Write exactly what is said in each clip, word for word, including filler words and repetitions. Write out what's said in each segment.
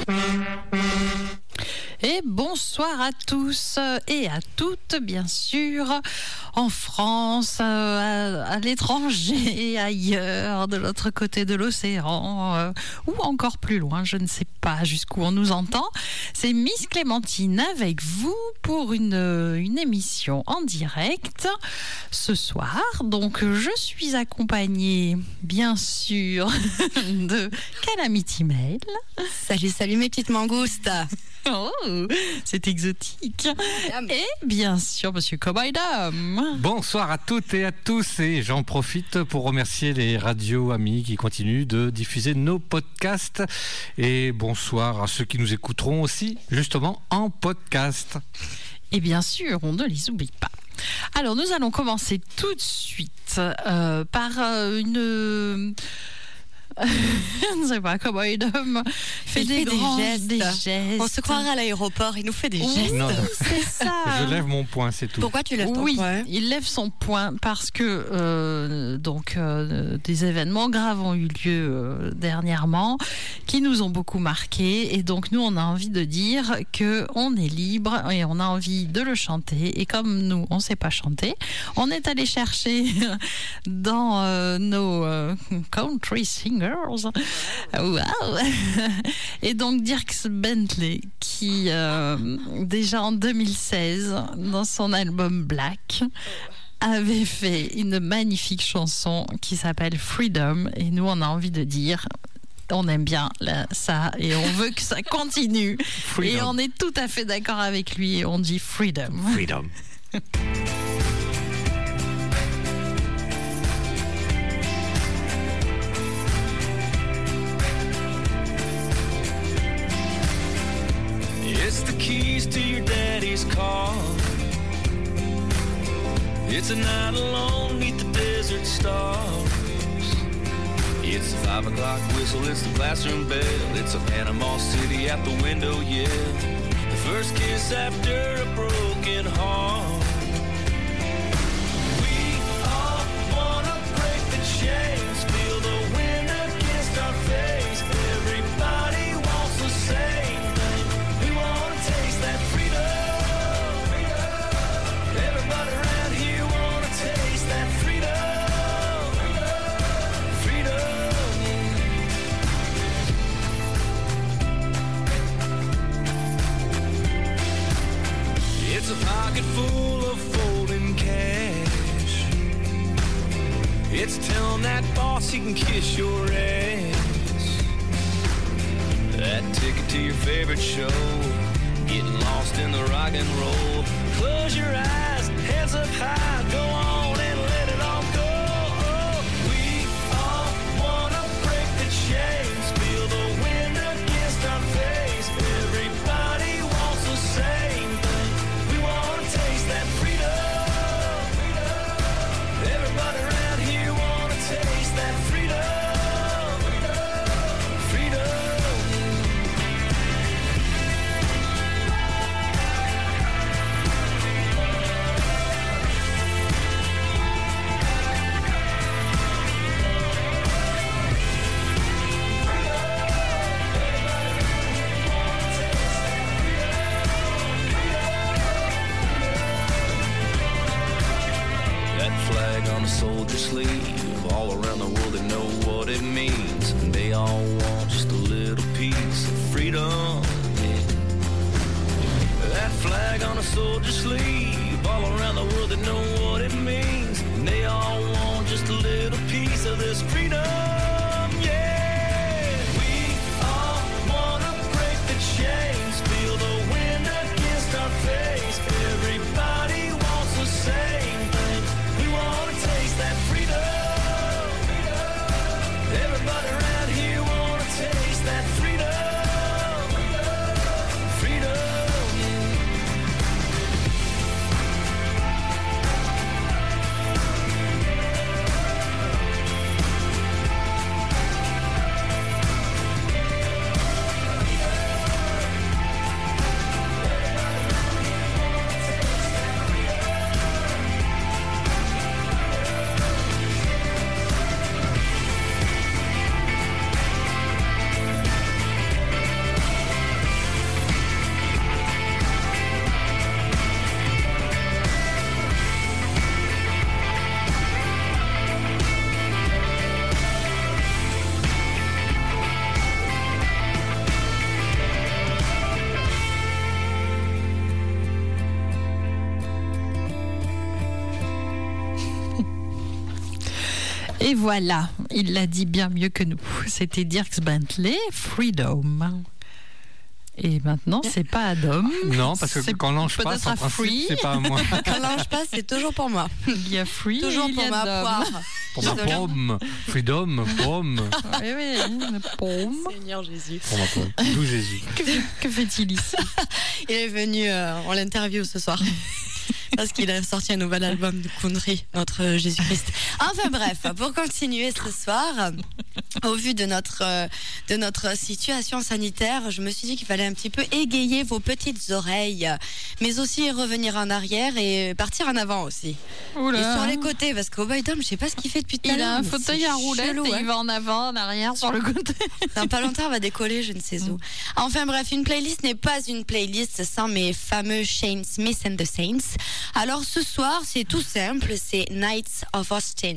Et bonsoir à tous et à toutes, bien sûr, en France, à, à l'étranger, ailleurs, de l'autre côté de l'océan, euh, ou encore plus loin, je ne sais pas jusqu'où on nous entend. C'est Miss Clémentine avec vous pour une, une émission en direct ce soir. Donc, je suis accompagnée, bien sûr, de Calamity Mail. Salut, salut mes petites mangoustes. Oh, c'est exotique. Et bien sûr, monsieur Cowboy Dom. Bonsoir à toutes et à tous. Et j'en profite pour remercier les radios amis qui continuent de diffuser nos podcasts. Et bonsoir à ceux qui nous écouteront aussi, justement, en podcast. Et bien sûr, on ne les oublie pas. Alors, nous allons commencer tout de suite euh, par euh, une... je ne sais pas comment il fait, il des, fait grands, des, gestes. des gestes. On se croirait à l'aéroport, il nous fait des oui, gestes. Non, non. C'est ça. Je lève mon poing, c'est tout. Pourquoi tu lèves ton oui, poing? Il lève son poing parce que euh, donc euh, des événements graves ont eu lieu euh, dernièrement qui nous ont beaucoup marqués, et donc nous on a envie de dire que on est libre et on a envie de le chanter, et comme nous on sait pas chanter, on est allé chercher dans euh, nos euh, country singers. Wow. Et donc Dierks Bentley qui euh, déjà en deux mille seize dans son album Black avait fait une magnifique chanson qui s'appelle Freedom, et nous on a envie de dire on aime bien là, ça, et on veut que ça continue. Freedom. Et on est tout à fait d'accord avec lui et on dit Freedom. Freedom. It's the keys to your daddy's car. It's a night alone beneath the desert stars. It's the five o'clock whistle, it's the classroom bell. It's a Panama City at the window, yeah. The first kiss after a broken heart. We all wanna break the chains, feel the wind against our face. Everybody wants the same thing. We wanna taste that freedom. Everybody around here wanna taste that freedom. Freedom. It's a pocket full of folding cash. It's telling that boss he can kiss your ass. That ticket to your favorite show. Getting lost in the rock and roll. Close your eyes, hands up high, go on and let it all go. We all wanna break the chains, feel the wind against our face. Everybody wants the same thing. We wanna taste that freedom. Everybody around here wanna taste that freedom. Freedom. That flag on a soldier's sleeve, all around the world they know what it means, and they all want just a little piece of freedom. Yeah. That flag on a soldier's sleeve, all around the world they know what it means, and they all want just a little piece of this freedom. Yeah, we all wanna break the chains, feel the wind against our face. Everybody wants the same thing. We wanna taste that freedom. Everybody around here wanna taste that freedom. Freedom. Et voilà, il l'a dit bien mieux que nous. C'était Dierks Bentley, Freedom. Et maintenant, c'est pas Adam. Non, parce que C'est quand l'ange passe, peut-être en à principe, Free. c'est pas à moi. Quand l'ange passe, c'est toujours pour moi. Il y a Free Toujours et il y pour a ma Dom. poire. Pour ma Désolée. pomme. Freedom, pomme. Oui, oui, une paume. Seigneur Jésus. Pour ma pomme. D'où Jésus. Que, que fait-il ici? Il est venu, euh, on l'interview ce soir. Parce qu'il a sorti un nouvel album de country, notre euh, Jésus-Christ. Enfin bref, pour continuer ce soir, au vu de notre, euh, de notre situation sanitaire, je me suis dit qu'il fallait un petit peu égayer vos petites oreilles, mais aussi revenir en arrière et partir en avant aussi. Oula. Et sur les côtés, parce qu'au Boy Dom, je sais pas ce qu'il fait depuis tout à Il l'heure. a un mais fauteuil c'est à roulettes chelou, et hein. il va en avant, en arrière, sur le côté. Dans pas longtemps, on va décoller, je ne sais où. Enfin bref, une playlist n'est pas une playlist sans mes fameux Shane Smith and the Saints. Alors ce soir, c'est tout simple, c'est Knights of Austin.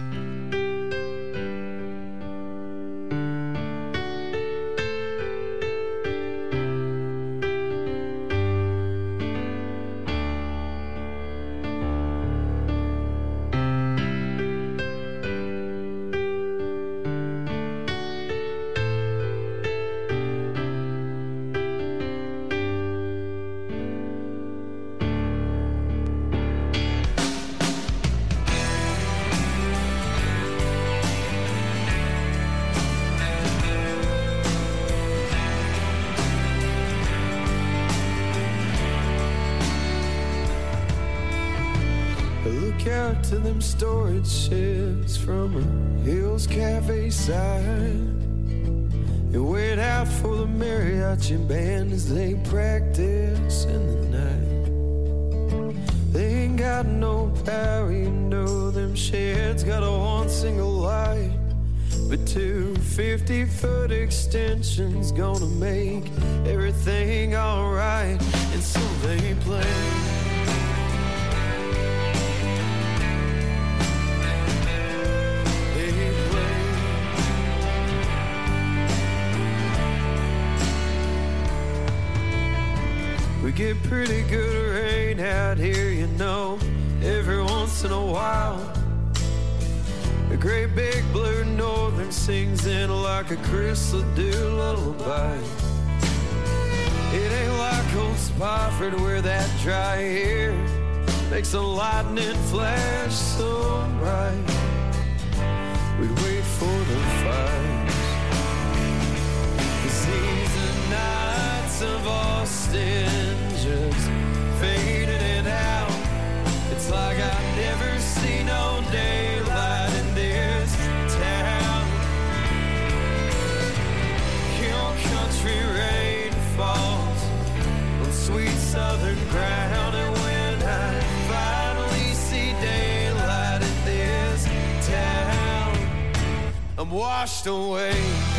Look out to them storage sheds from a Hills Cafe side and wait out for the mariachi band as they practice in the night. They ain't got no power, you know them sheds got a one single light, but two fifty-foot extensions gonna make everything alright. And so they play We get pretty good rain out here, you know, every once in a while. A great big blue northern sings in like a crystal dew lullaby. It ain't like old Spofford where that dry air makes the lightning flash so bright. We'd wait for the fires. Cause these are nights of Austin, just fading it out. It's like I've never seen no daylight in this town. Hill country rain falls on sweet southern ground, and when I finally see daylight in this town, I'm washed away.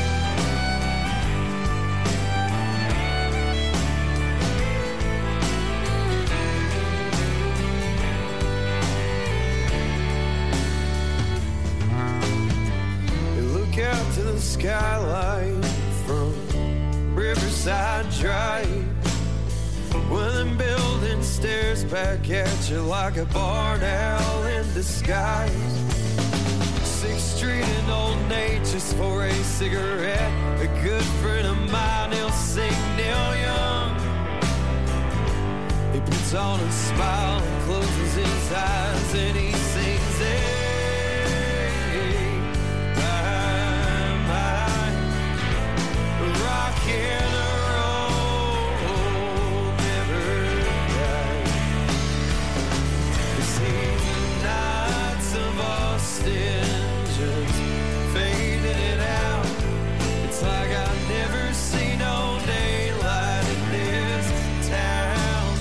Out to the skyline from Riverside Drive, when them buildings stares back at you like a barn owl in disguise. Sixth Street and Old Nature's for a cigarette. A good friend of mine, he'll sing Neil Young. He puts on a smile and closes his eyes and he sings it. Rock and roll never die. Cause these nights of Austin just fading it out. It's like I've never seen no daylight in this town.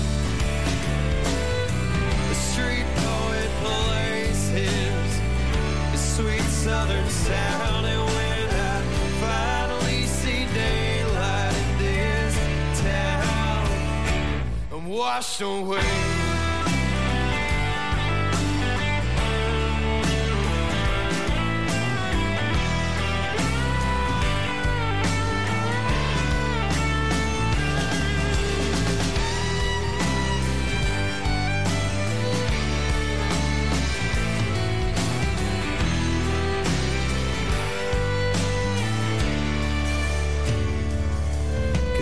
The street poet plays his, his sweet southern sound, and when I finally see daylight in this town, I'm washed away.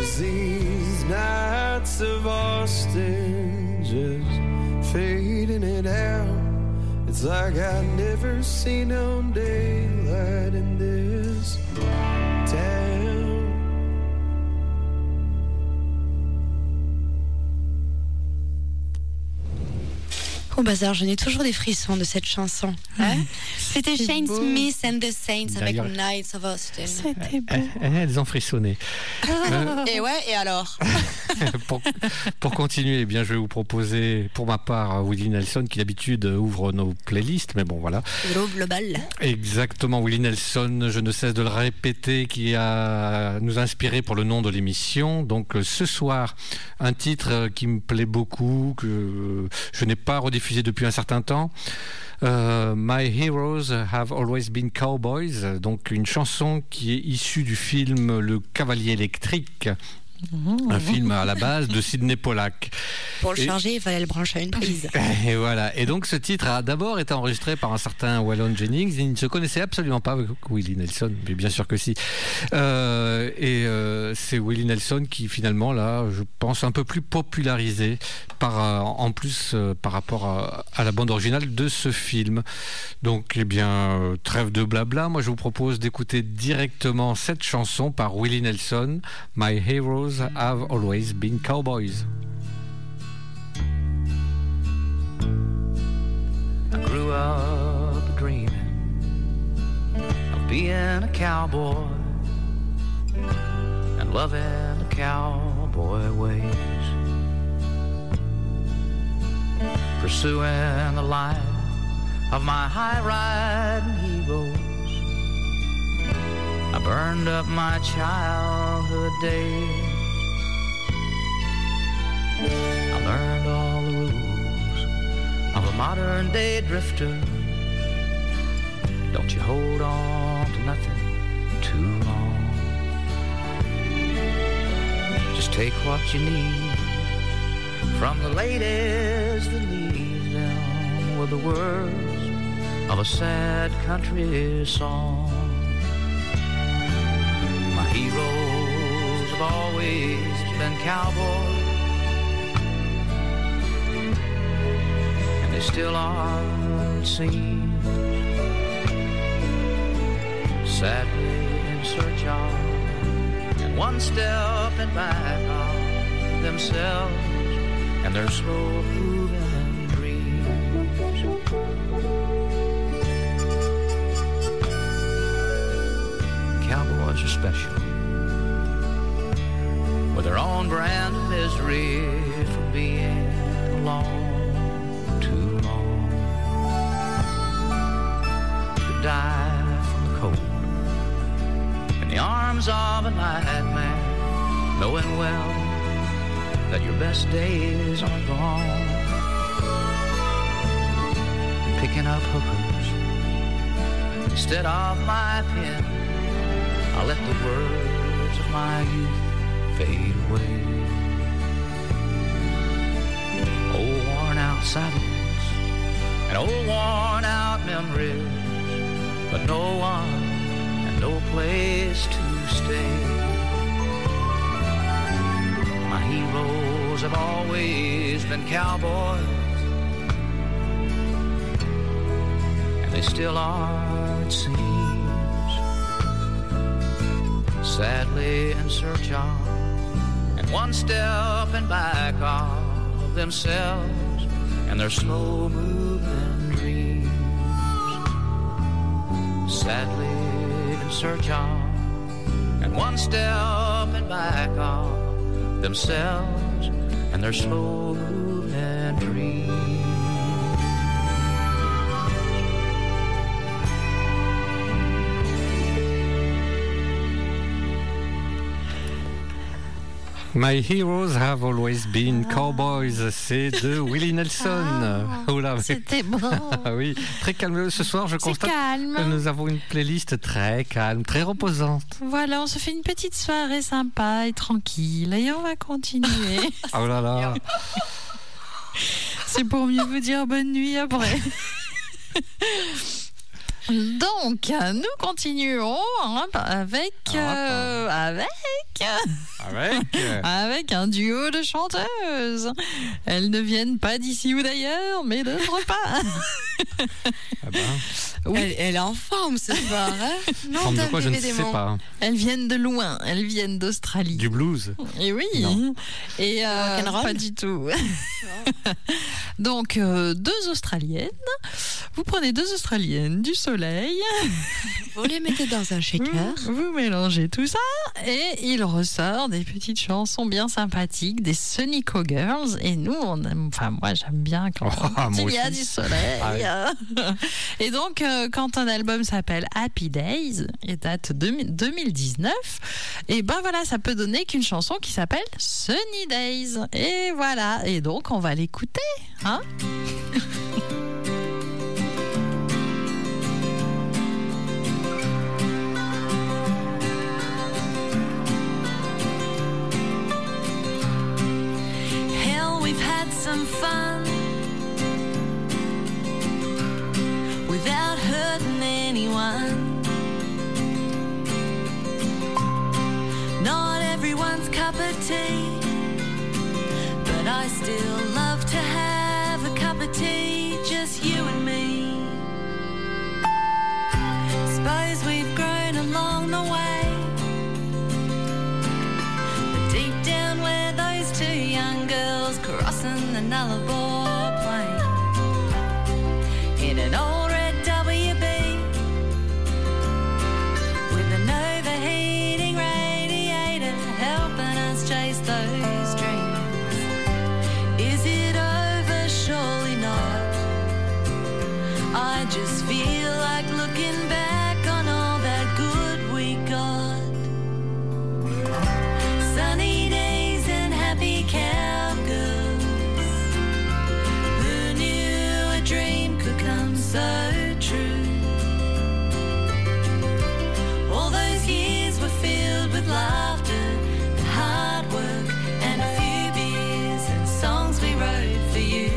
as these nights of Austin just fading it out. It's like I never seen no daylight in this town. Au bazar, je n'ai toujours des frissons de cette chanson. Hein? C'était Shane beau. Smith and the Saints avec D'ailleurs- Nights of Austin. C'était beau. Eh, Elles ont frissonné. Euh, Et ouais, et alors? pour, pour continuer, eh bien, je vais vous proposer, pour ma part, Willie Nelson, qui d'habitude ouvre nos playlists, mais bon, voilà. Gros global. Exactement, Willie Nelson, je ne cesse de le répéter, qui a nous inspiré pour le nom de l'émission. Donc euh, ce soir, un titre euh, qui me plaît beaucoup, que euh, je n'ai pas rediffusé depuis un certain temps. Euh, My Heroes Have Always Been Cowboys, donc une chanson qui est issue du film Le Cavalier électrique, un film à la base de Sidney Pollack. Pour le Et- charger, il fallait le brancher à une prise. Et voilà. Et donc ce titre a d'abord été enregistré par un certain Waylon Jennings. Il ne se connaissait absolument pas avec Willie Nelson, mais bien sûr que si. Euh, et euh, c'est Willie Nelson qui finalement là, je pense, un peu plus popularisé par euh, en plus euh, par rapport à, à la bande originale de ce film. Donc eh bien euh, trêve de blabla. Moi je vous propose d'écouter directement cette chanson par Willie Nelson, My Heroes Have Always Been Cowboys. I grew up dreaming of being a cowboy and loving the cowboy ways, pursuing the life of my high-riding heroes. I burned up my childhood days. I learned all the rules of a modern day drifter. Don't you hold on to nothing too long. Just take what you need from the ladies that leave them with the words of a sad country song. My heroes have always been cowboys, they still are, it seems, sadly in search of, and one step in back of themselves and their slow moving dreams. Cowboys are special, with their own brand of misery from being alone. Die from the cold in the arms of a nightmare, knowing well that your best days are gone. Picking up hookers instead of my pen, I let the words of my youth fade away. Old worn out saddles and old worn out memories, but no one and no place to stay. My heroes have always been cowboys, and they still are, it seems, sadly in search of, and one step in back of themselves and their slow moving dreams. Sadly in search of, and one step in back of themselves and their slow moving dreams. My Heroes Have Always Been Cowboys, c'est de Willie Nelson. Ah, Oh là, mais- c'était bon. Ah oui, très calme. Ce soir, je C'est constate calme. que nous avons une playlist très calme, très reposante. Voilà, on se fait une petite soirée sympa et tranquille et on va continuer. Oh là là. C'est pour mieux vous dire bonne nuit après. Donc, nous continuons hein, avec, euh, avec, Avec avec un duo de chanteuses. Elles ne viennent pas d'ici ou d'ailleurs, mais d'autre part. Ah ben, Oui. Elle, elle est en forme ce soir. Hein non, forme de t'as quoi, je ne vivé des sais mots. pas. Elles viennent de loin, elles viennent d'Australie. Du blues. Et oui. Non. Et euh, Rock'n'roll. pas du tout. Donc, euh, deux Australiennes. Vous prenez deux Australiennes du soleil. Vous les mettez dans un shaker. Vous, vous mélangez tout ça et il ressort des petites chansons bien sympathiques, des Sunny Cowgirls. Et nous, on aime, enfin moi j'aime bien quand Oh, moi il y a aussi. du soleil. Ah Et donc euh, quand un album s'appelle Happy Days et date de deux mille dix-neuf, et ben voilà, ça peut donner qu'une chanson qui s'appelle Sunny Days. Et voilà, et donc on va l'écouter, hein. Hell, we've had some fun without hurting anyone. Not everyone's cup of tea, but I still love to have a cup of tea, just you and me. Suppose we've grown along the way, but deep down where those two young girls crossing the Nullarbor Plain in an old red W B with an overheating radiator helping us chase those dreams. Is it over? Surely not. I just feel like looking back on all that good we got. Sunny days and happy cowgirls. Who knew a dream could come so true? All those years were filled with laughter and hard work and a few beers and songs we wrote for you.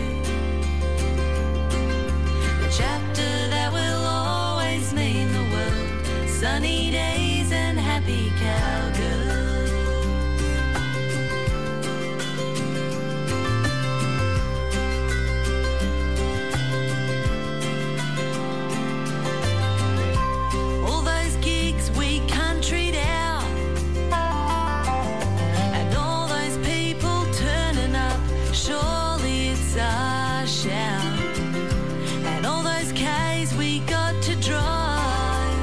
A chapter that will always mean the world. Sunny days and happy cowgirls. All those gigs we countryed out, and all those people turning up, surely it's our shout. And all those K's we got to drive.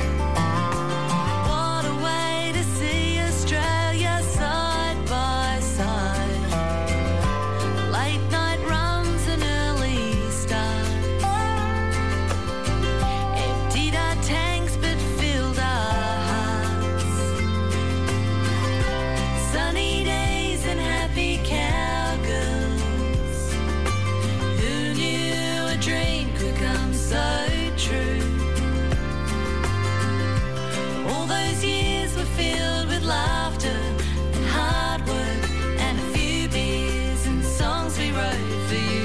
What a way to see Australia side by side. Late night runs and early starts. Emptied our tanks but filled our hearts. Sunny days and happy cowgirls. Who knew a dream could come so true? All those years were filled with laughter and hard work and a few beers and songs we wrote for you.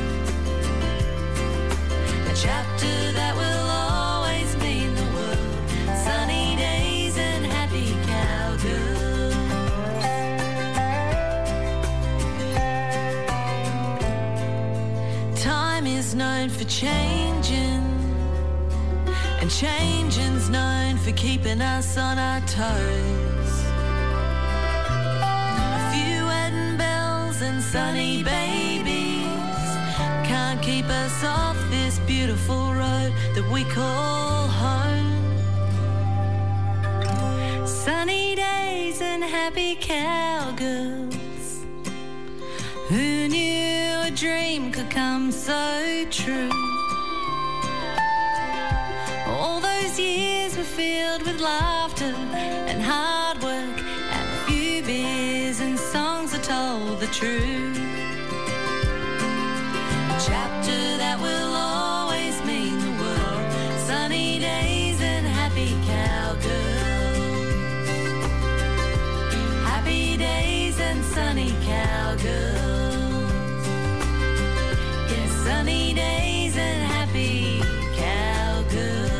A chapter that will always mean the world. Sunny days and happy cowgirls. Time is known for changing, and changing's known for keeping us on our toes. A few wedding bells and sunny babies can't keep us off this beautiful road that we call home. Sunny days and happy cowgirls. Who knew a dream could come so true? All those years were filled with laughter and hard work and a few beers and songs that told the truth. A chapter that will always mean the world. Sunny days and happy cowgirls. Happy days and sunny cowgirls. Yes, sunny days and happy cowgirls.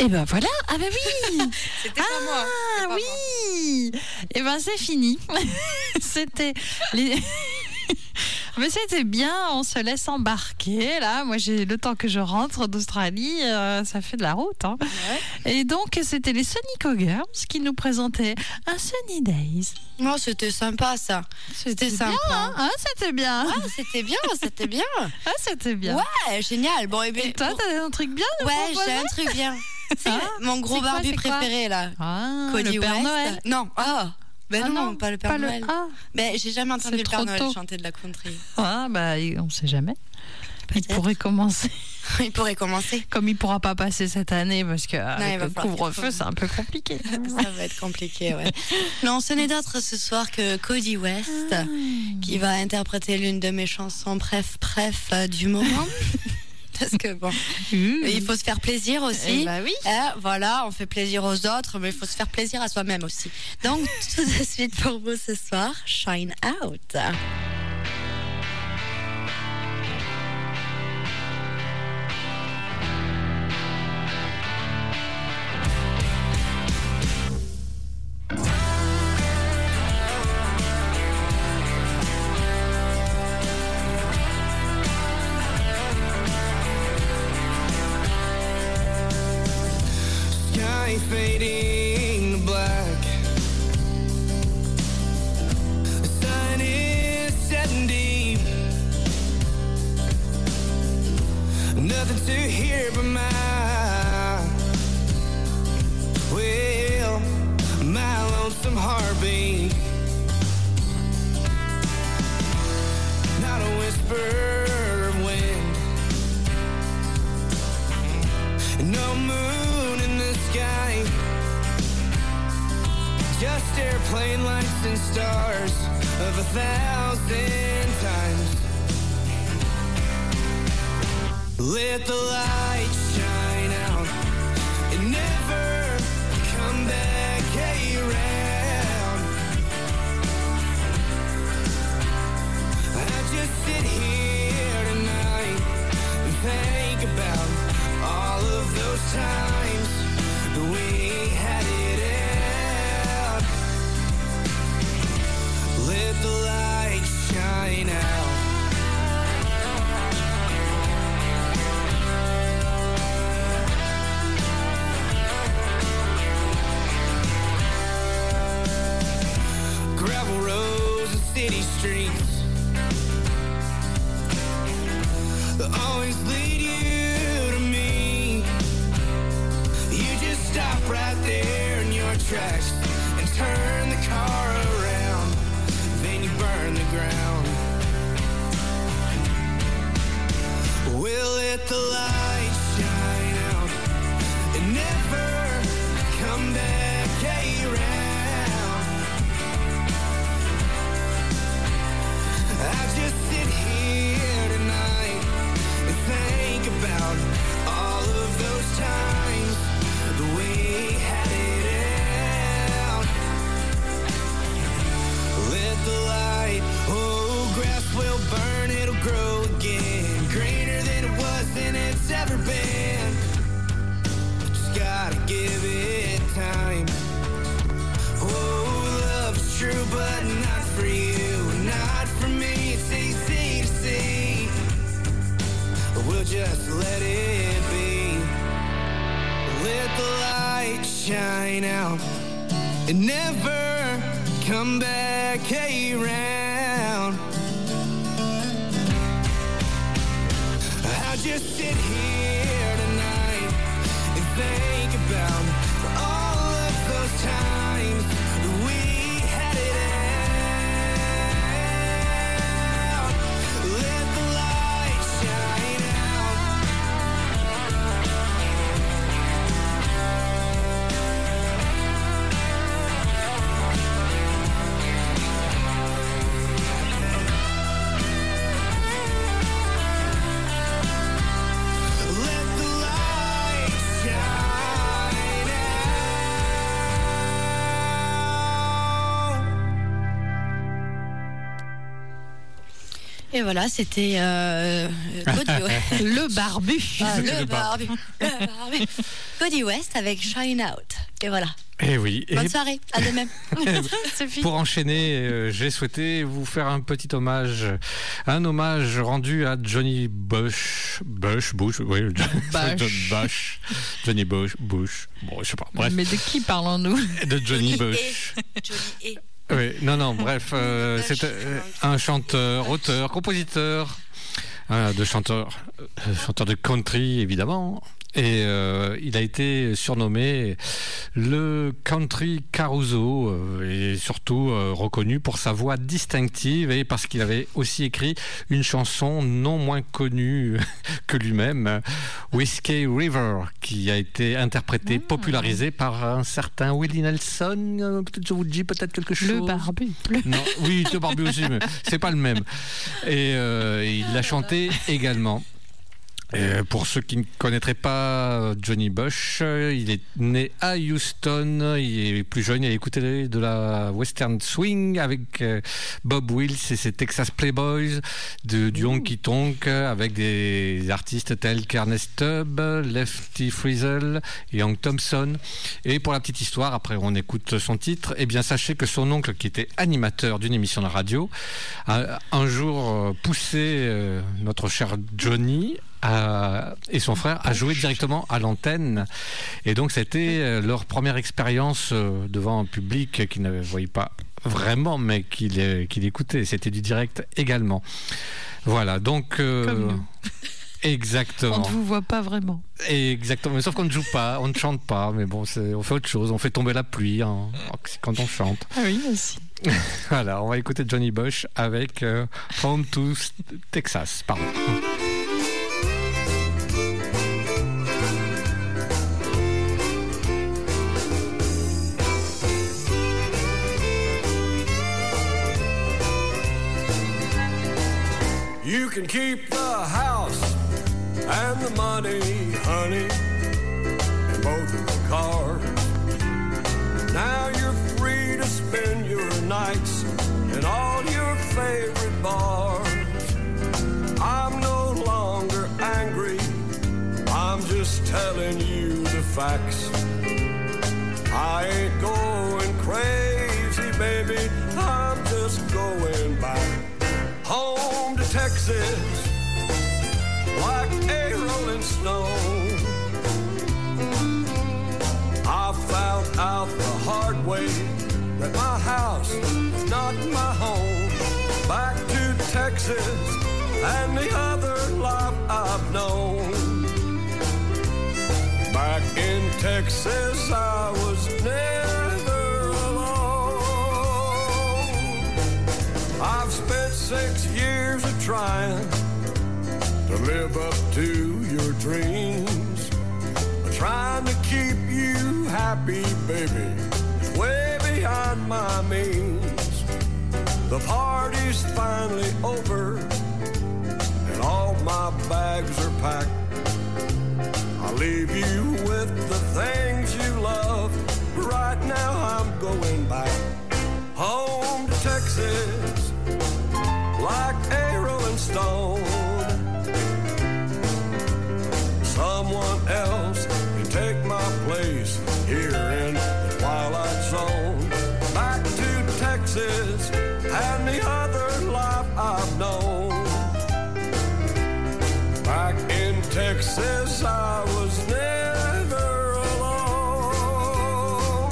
Et ben voilà. Ah ben oui. C'était pas moi. Ah C'était pas oui. Et ben c'est fini. C'était les. Mais c'était bien, on se laisse embarquer. Là, moi, j'ai le temps que je rentre d'Australie, euh, ça fait de la route. Hein. Ouais. Et donc, c'était les Sonic Girls qui nous présentaient un Sunny Days. Moi, c'était sympa ça. C'était bien, sympa. hein. Ah, c'était bien. Ah, c'était bien, c'était bien. Ah, c'était bien. Ouais, génial. Bon, et, Et toi, pour- t'as un truc bien à nous Ouais, proposer j'ai un truc bien. C'est Ah, mon gros c'est quoi, barbu c'est quoi préféré là. Ah, Cody le Père West. Noël. Non, ah. Ben Ah non, pas le Père pas le- Noël. Ah. Ben, j'ai jamais entendu C'est le Père trop Noël tôt. chanter de la country. Ah, bah, on sait jamais. Il Peut-être. pourrait commencer. Il pourrait commencer. Comme il pourra pas passer cette année parce que avec il va le falloir qu'il couvre-feu, faut- c'est un peu compliqué. Ça va être compliqué, ouais. Non, ce n'est d'autre ce soir que Cody West, Ah. qui va interpréter l'une de mes chansons bref, bref euh, du moment. Parce que bon, il faut se faire plaisir aussi. Eh bah oui. Hein, voilà, on fait plaisir aux autres, mais il faut se faire plaisir à soi-même aussi. Donc, tout de suite pour vous ce soir, Shine Out. Sky fading to black. The sun is setting deep. Nothing to hear but my, well, my lonesome heartbeat. Not a whisper of wind. No moon in the sky. Just airplane lights and stars of a thousand times. Let the light shine out and never come back around. I just sit here tonight and think about all of those times we had it out. Let the light shine out. Gravel roads and city streets, they always lead you to me. You just stop right there in your tracks and turn the car around. Then you burn the ground. We'll let the light shine out and never come back around. I just sit here tonight and think about all of those times that we had it out. Let the light, oh, grass will burn, it'll grow again, greener than it was than it's ever been. Just gotta give it time. Oh, love is true, but not for you, not for me. It's easy to see. We'll just let it be. Let the light shine out and never come back around. I just sit here tonight and think about all of those times we had it out. Let the light shine out. Let the light shine. Et voilà, c'était euh, Cody West. Le barbu. Ah, Le le bar- barbu. Le barbu. Cody West avec Shine Out. Et voilà. Et oui. Bonne Et soirée. À demain. C'est fini. pour enchaîner, euh, j'ai souhaité vous faire un petit hommage, un hommage rendu à Johnny Bush, Bush, Bush, oui, John Bush, Johnny Bush, Bush. Bon, je sais pas. Bref, Mais de qui parlons-nous? de Johnny Bush. Johnny et. Oui, non, non, bref, euh, Bush. c'est euh, un chanteur, auteur, compositeur, euh, de chanteur, euh, chanteur de country évidemment. Et euh, il a été surnommé le Country Caruso euh, et surtout euh, reconnu pour sa voix distinctive et parce qu'il avait aussi écrit une chanson non moins connue que lui-même, Whiskey River, qui a été interprétée, popularisée par un certain Willie Nelson. Euh, peut-être je vous dis peut-être quelque chose. Le barbu. Le- Non, oui, le barbu aussi, mais c'est pas le même. Et euh, il l'a chanté également. Et pour ceux qui ne connaîtraient pas Johnny Bush, il est né à Houston, il est plus jeune, il a écouté de la western swing avec Bob Wills et ses Texas Playboys, de, du honky tonk avec des artistes tels qu'Ernest Tubb, Lefty Frizzle et Hank Thompson. Et pour la petite histoire, après on écoute son titre, eh bien sachez que son oncle, qui était animateur d'une émission de radio, a un jour poussé notre cher Johnny à, et son frère à jouer directement à l'antenne. Et donc c'était leur première expérience devant un public qui ne voyait pas vraiment, mais qui l'écoutait. C'était du direct également. Voilà, donc... Euh, Comme nous. Exactement. On ne vous voit pas vraiment. Exactement, mais sauf qu'on ne joue pas, on ne chante pas, mais bon, on fait autre chose, on fait tomber la pluie hein, quand on chante. Ah oui, aussi. Voilà, on va écouter Johnny Bush avec euh, Home to Texas, pardon. You can keep the house and the money, honey, and both of the cars. Now you're free to spend your nights in all your favorite bars. I'm no longer angry, I'm just telling you the facts. I ain't going crazy, baby, I'm just going back home to Texas, like a rolling stone. I found out the hard way that my house is not my home. Back to Texas and the other life I've known. Back in Texas I was never alone. I've spent six years of trying to live up to your dreams, trying to keep you happy, baby, is way beyond my means. The party's finally over and all my bags are packed. I'll leave you with the things you love. Right now I'm going back home to Texas, like a rolling stone. Someone else can take my place here in the twilight zone. Back to Texas and the other life I've known. Back in Texas I was never alone.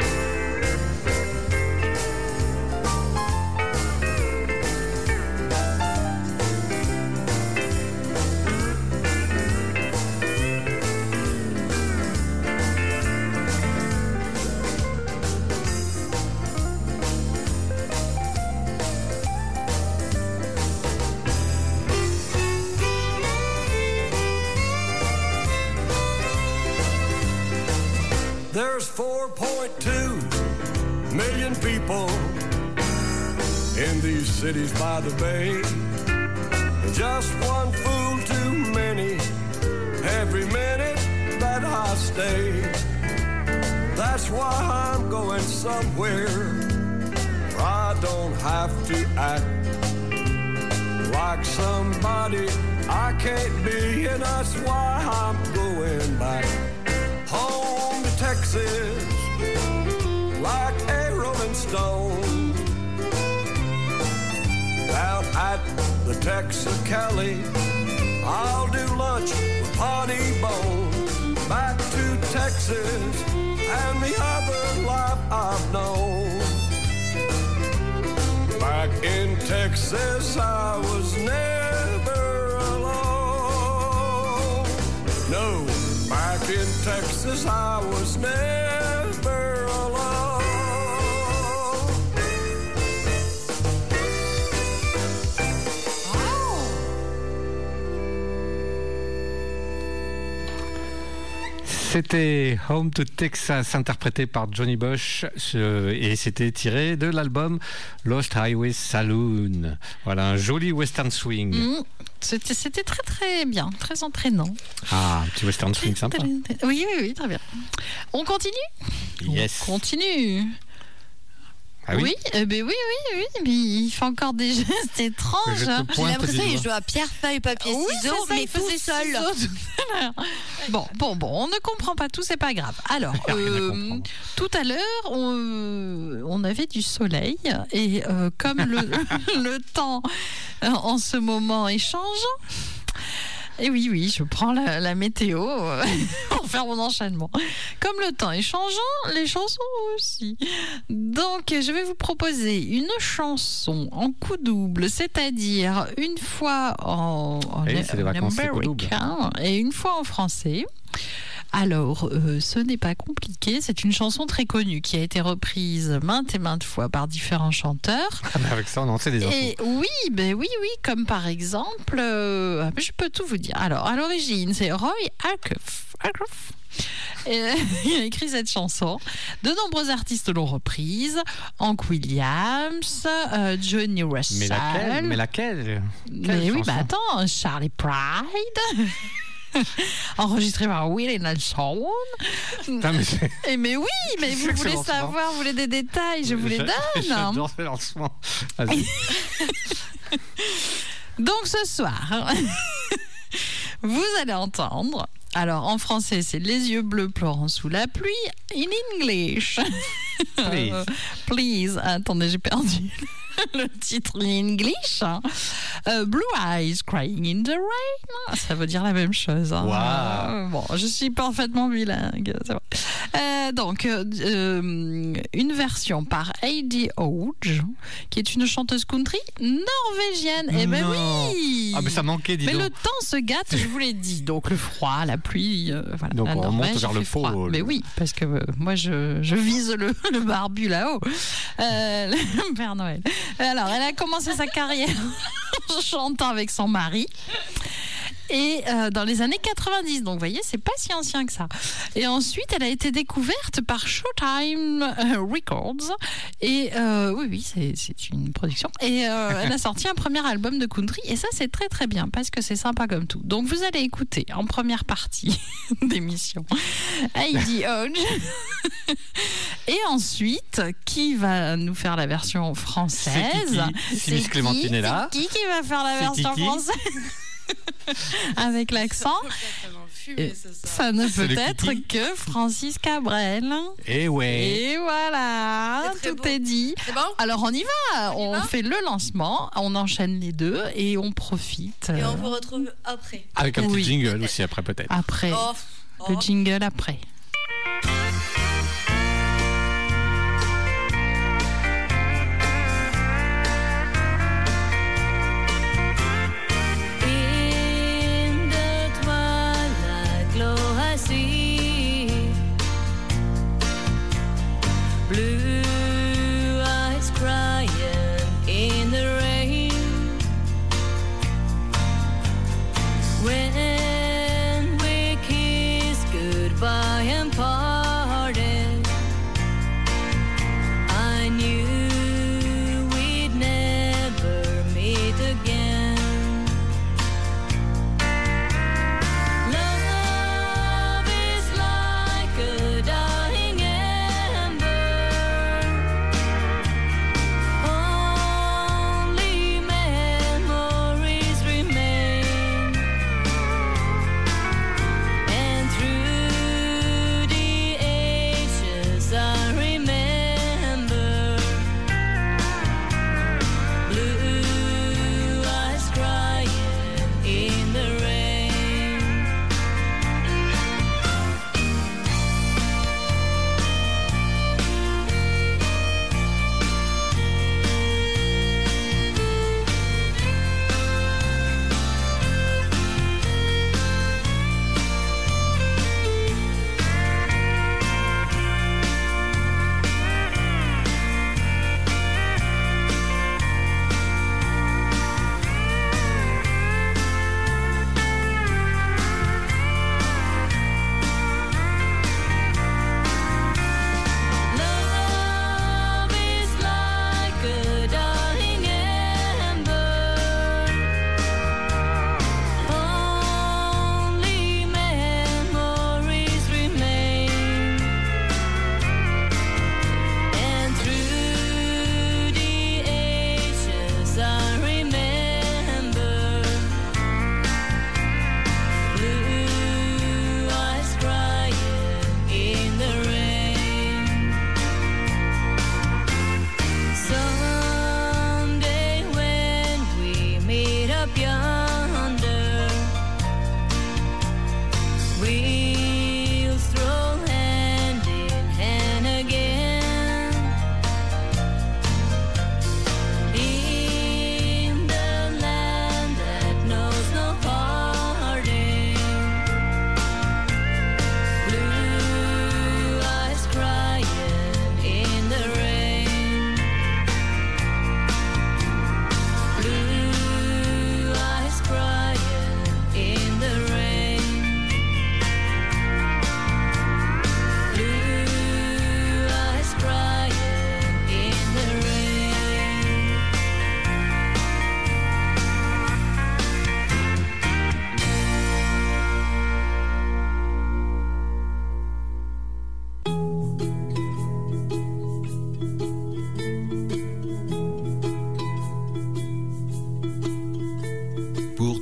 There's four point two million people in these cities by the bay. Just one fool too many every minute that I stay. That's why I'm going somewhere where I don't have to act like somebody I can't be, and that's why I'm going back home to Texas like a rolling stone. Out at the Texarkana, I'll do lunch with Honey Bone. Back to Texas and the other life I've known. Back in Texas, I was never alone. No, back in Texas, I was never alone. C'était Home to Texas, interprété par Johnny Bush, et c'était tiré de l'album Lost Highway Saloon. Voilà, un joli western swing. Mmh, c'était, c'était très très bien, très entraînant. Ah, un petit western swing sympa. Oui, oui, oui, très bien. On continue ? Yes. On continue. Ah oui, oui, euh, ben oui, oui, oui, mais il fait encore des gestes étranges. Je te J'ai pointe l'impression du qu'il doigt. joue à pierre, feuille, papier, Oui, ciseaux, c'est ça, mais il tout faisait seul. ciseaux tout à l'heure. Bon, bon, bon, on ne comprend pas tout, c'est pas grave. Alors, Rien à euh, comprendre. tout à l'heure, on, on avait du soleil et euh, comme le, le temps euh, en ce moment est changeant. Et oui, oui, je prends la, la météo euh, pour faire mon enchaînement. Comme le temps est changeant, les chansons aussi. Donc, je vais vous proposer une chanson en coup double, c'est-à-dire une fois en, en, Oui, c'est les en vacances, c'est coup double. américain et une fois en français. Alors, euh, ce n'est pas compliqué. C'est une chanson très connue qui a été reprise maintes et maintes fois par différents chanteurs. Ah ben avec ça, on en sait des infos. Et oui, ben oui, oui, comme par exemple, euh, je peux tout vous dire. Alors, à l'origine, c'est Roy Acuff. Acuff. Et, euh, il a écrit cette chanson. De nombreux artistes l'ont reprise. Hank Williams, euh, Johnny Russell. Mais laquelle Mais laquelle Mais Quelle oui, bah chanson attends, Charlie Pride. Enregistré par Willie Nelson. Putain, mais c'est- Et mais oui, mais C'est vous que ce voulez lancement. savoir, vous voulez des détails, je vous les donne. J'adore ce lancement. Vas-y. Donc ce soir, vous allez entendre. Alors en français, c'est Les yeux bleus pleurant sous la pluie. In English. Please. Euh, please. Attendez, j'ai perdu le titre in English. Euh, Blue Eyes Crying in the Rain. Ça veut dire la même chose. Hein. Wow. Euh, bon, je suis parfaitement bilingue. C'est vrai. Euh, donc, euh, euh, une version par Heidi Hodge, qui est une chanteuse country norvégienne. Eh ben Non. oui. Ah, mais ça manquait, dis Mais donc. le temps se gâte, je vous l'ai dit. Donc le froid, la pluie, euh, voilà. Donc la on remonte Norvège, vers il le fait froid. pôle. Mais oui, parce que euh, moi je, je vise le, le barbu là-haut, euh, le Père Noël. Alors elle a commencé sa carrière en chantant avec son mari. Et euh, dans les années quatre-vingt-dix, donc vous voyez, c'est pas si ancien que ça. Et ensuite, elle a été découverte par Showtime euh, Records. Et euh, oui, oui, c'est, c'est une production. Et euh, elle a sorti un premier album de country. Et ça, c'est très très bien parce que c'est sympa comme tout. Donc vous allez écouter en première partie d'émission Heidi Hodge. Et ensuite, qui va nous faire la version française? C'est qui Si Miss Clémentine qui est là. C'est qui qui va faire la C'est version Kiki. française? Avec l'accent, Fumé, ce soir. ça ne C'est peut le être Kiki. que Francis Cabrel. Eh ouais. Et voilà, C'est très tout beau. est dit. C'est bon? Alors on y va, On on, y va fait le lancement, on enchaîne les deux et on profite Et euh, on vous retrouve après. Avec un Oui. petit jingle aussi après peut-être. après, Oh, le oh. jingle après. In the twilight glow I see blue eyes crying in the rain. When we kiss goodbye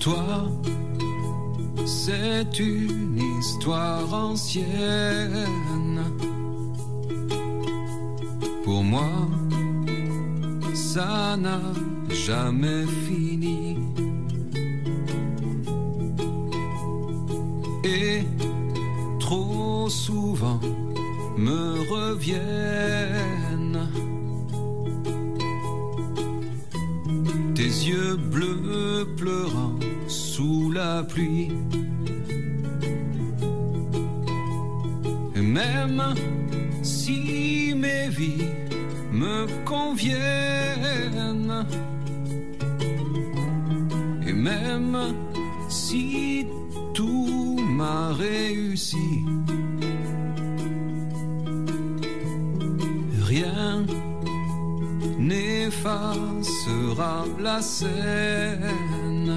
toi, c'est une histoire ancienne. Pour moi, ça n'a jamais fini. Et trop souvent me reviennent tes yeux bleus pleurant sous la pluie. Et même si mes vies me conviennent, et même si tout m'a réussi, rien n'effacera la scène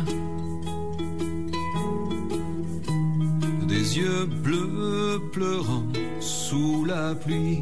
des yeux bleus pleurant sous la pluie.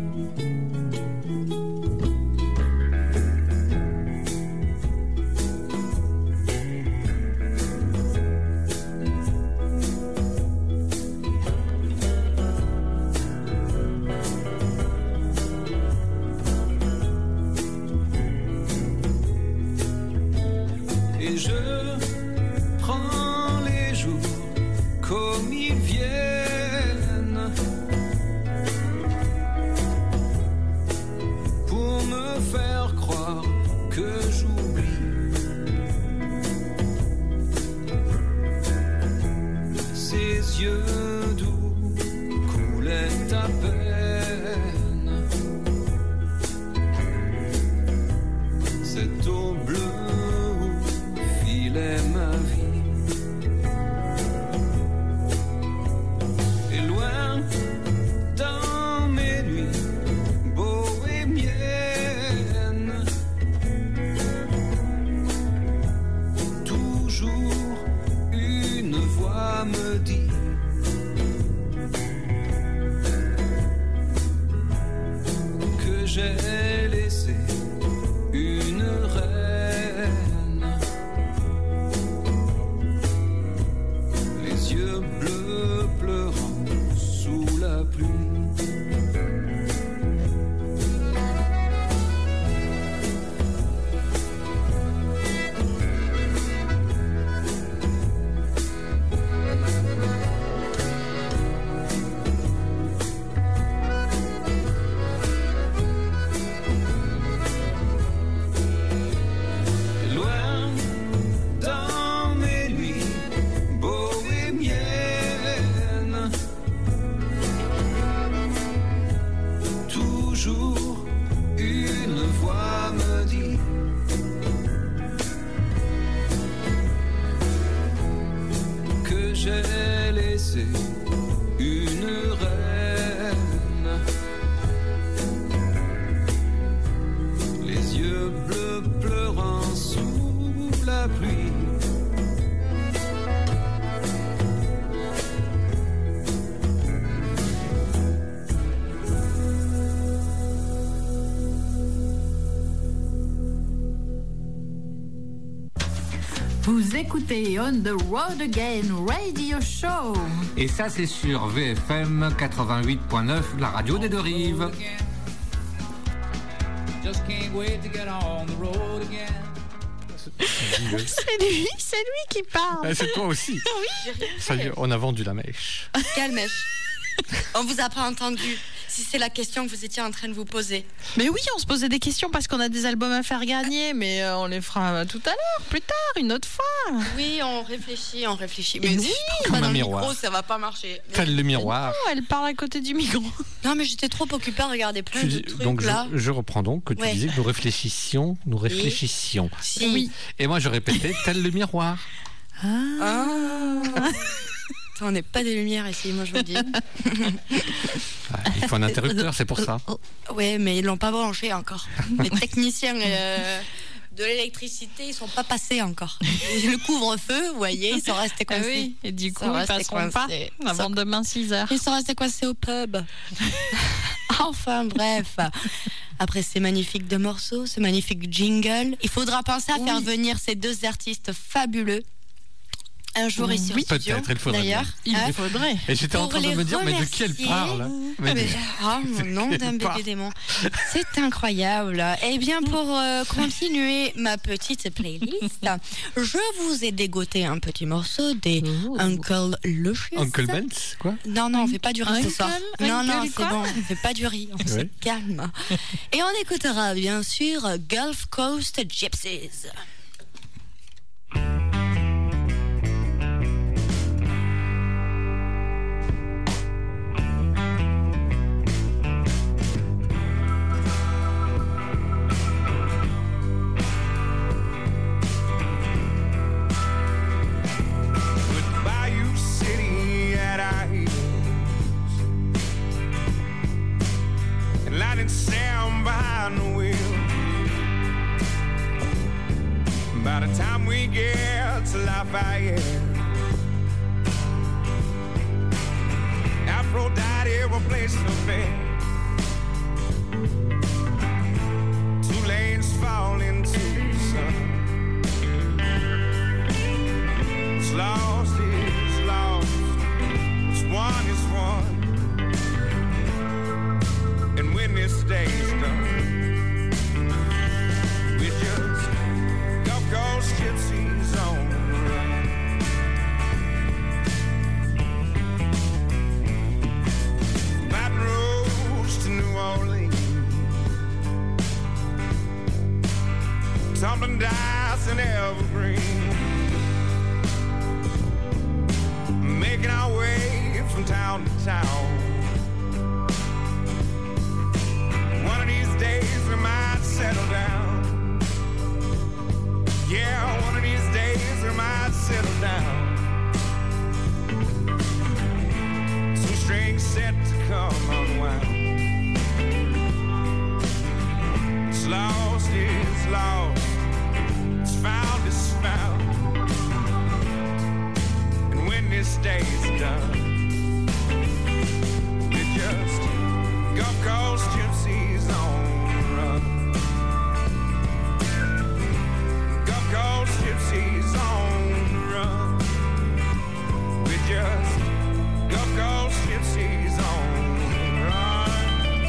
Vous écoutez On the Road Again Radio Show. Et ça, c'est sur V F M quatre-vingt-huit point neuf, la radio des deux rives. C'est lui, c'est lui qui parle. Ah, c'est toi aussi. Oui. Ça y est, on a vendu la mèche. Quelle mèche? On vous a pas entendu. Si c'est la question que vous étiez en train de vous poser. Mais oui, on se posait des questions parce qu'on a des albums à faire gagner, mais euh, on les fera tout à l'heure, plus tard, une autre fois. Oui, on réfléchit, on réfléchit. Mais oui, si je comme parle un dans le miroir. micro, ça va pas marcher. Tel le miroir. Non, elle parle à côté du micro. Non, mais j'étais trop occupée à regarder plein Tu de dis- trucs donc je, là. je reprends donc que tu Ouais. disais que nous réfléchissions, nous réfléchissions. Si. Oui. Et moi je répétais tel le miroir. Ah. On n'est pas des lumières ici, moi je vous le dis. Ah, il faut un interrupteur, c'est pour ça. Ouais, mais ils l'ont pas branché encore. Les techniciens euh, de l'électricité, ils sont pas passés encore. Le couvre-feu, vous voyez, ils sont restés Ah coincés. oui, et du Ils coup, sont ils restés passeront pas coincés. avant demain six heures. Ils sont restés coincés au pub. Enfin bref, après ces magnifiques deux morceaux, ce magnifique jingle, il faudra penser à Oui. faire venir ces deux artistes fabuleux un jour ici Oui, au studio. peut-être, il faudrait d'ailleurs. Il Hein faudrait. Et j'étais en Pour train de les me dire, mais de qui elle remercier. parle Ah, Mais mais- de- ah, mon nom de d'un qui elle bébé démon. C'est incroyable. Eh bien, pour euh, continuer ma petite playlist, je vous ai dégoté un petit morceau des Oh. Uncle Lucius. Uncle Benz, quoi Non, non, on fait pas du riz ce Uncle soir. Non, non, Uncle c'est quoi bon, on fait pas du riz, on se Ouais. calme. Et on écoutera bien sûr Gulf Coast Gypsies. With Bayou City at our heels, and lightning sound behind the wheel. By the time we get to Lafayette, Aphrodite will place her bet. Two lanes fall into the sun. What's lost is lost. What's won is won. And when this day's done, we're just Gulf Coast gypsies on the run. Baton Rouge to New Orleans, tumbling dice and evergreen, making our way from town to town. One of these days we might settle down. Yeah, one of these days we might settle down. Some strings set to come unwound. It's lost, it's lost. It's found, it's found. And when this day's done, we're just Gulf Coast gypsies on the run. Gulf Coast gypsies on the run. We're just Gulf Coast gypsies on the run.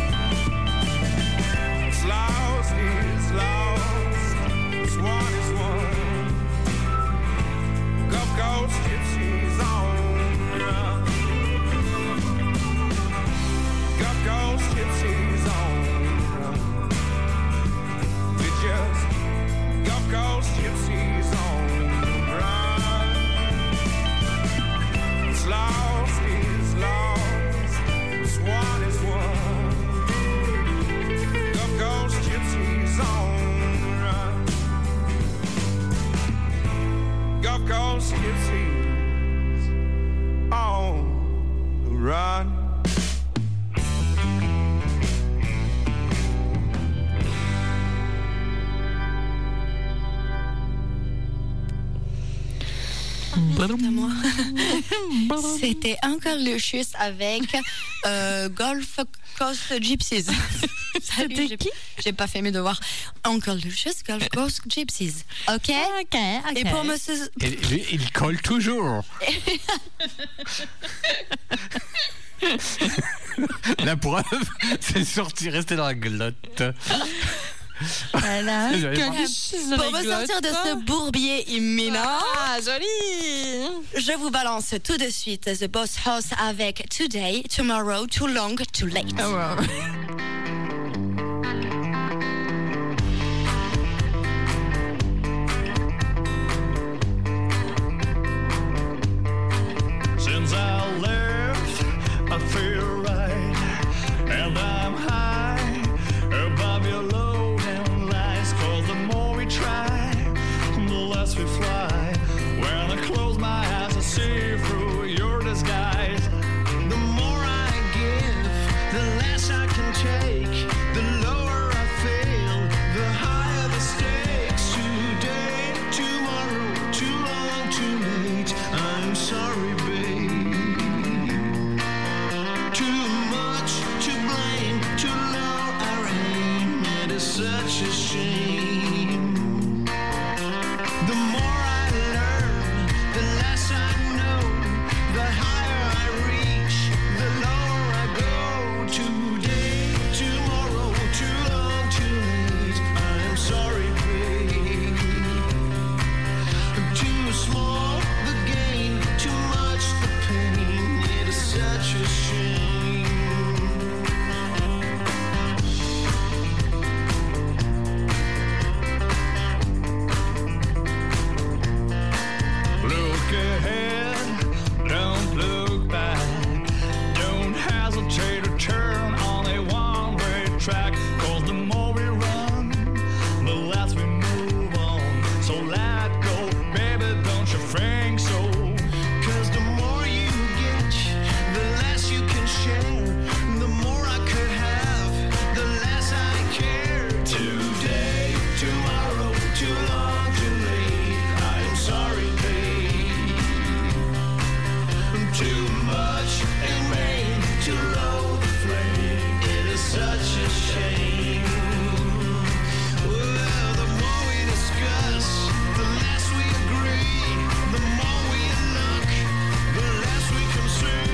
It's lost, it's lost. It's won, it's won. Gulf Coast gypsies on the run. Gulf Coast gypsies on the run. We're just Gulf Coast gypsies on the run. It's lost, it's lost. It's won, it's won. Gulf Coast gypsies on the run. Gulf Coast gypsies on the run. C'est à moi. C'était Uncle Lucius avec euh, Gulf Coast Gypsies. Salut, C'était j'ai- qui J'ai pas fait mes devoirs. Uncle Lucius, Gulf Coast Gypsies. Ok. Ok, ok. Et pour monsieur. Et lui, il colle toujours. La preuve, c'est sorti, resté dans la glotte. Voilà. J'avais pas- Pour me sortir de ce bourbier imminent, Ah, joli. je vous balance tout de suite The Boss House avec Today, Tomorrow, Too Long, Too Late. Ah ouais. Since I left, I feel right, and I'm high above your low down lies. 'Cause the more we try, the less we fly. When I close my eyes, I see through your disguise. The more I give, the less I can take. too long, too late. I am sorry, babe. Too much in vain to low the flame. It is such a shame. Well, the more we discuss, the less we agree. The more we look, the less we can see.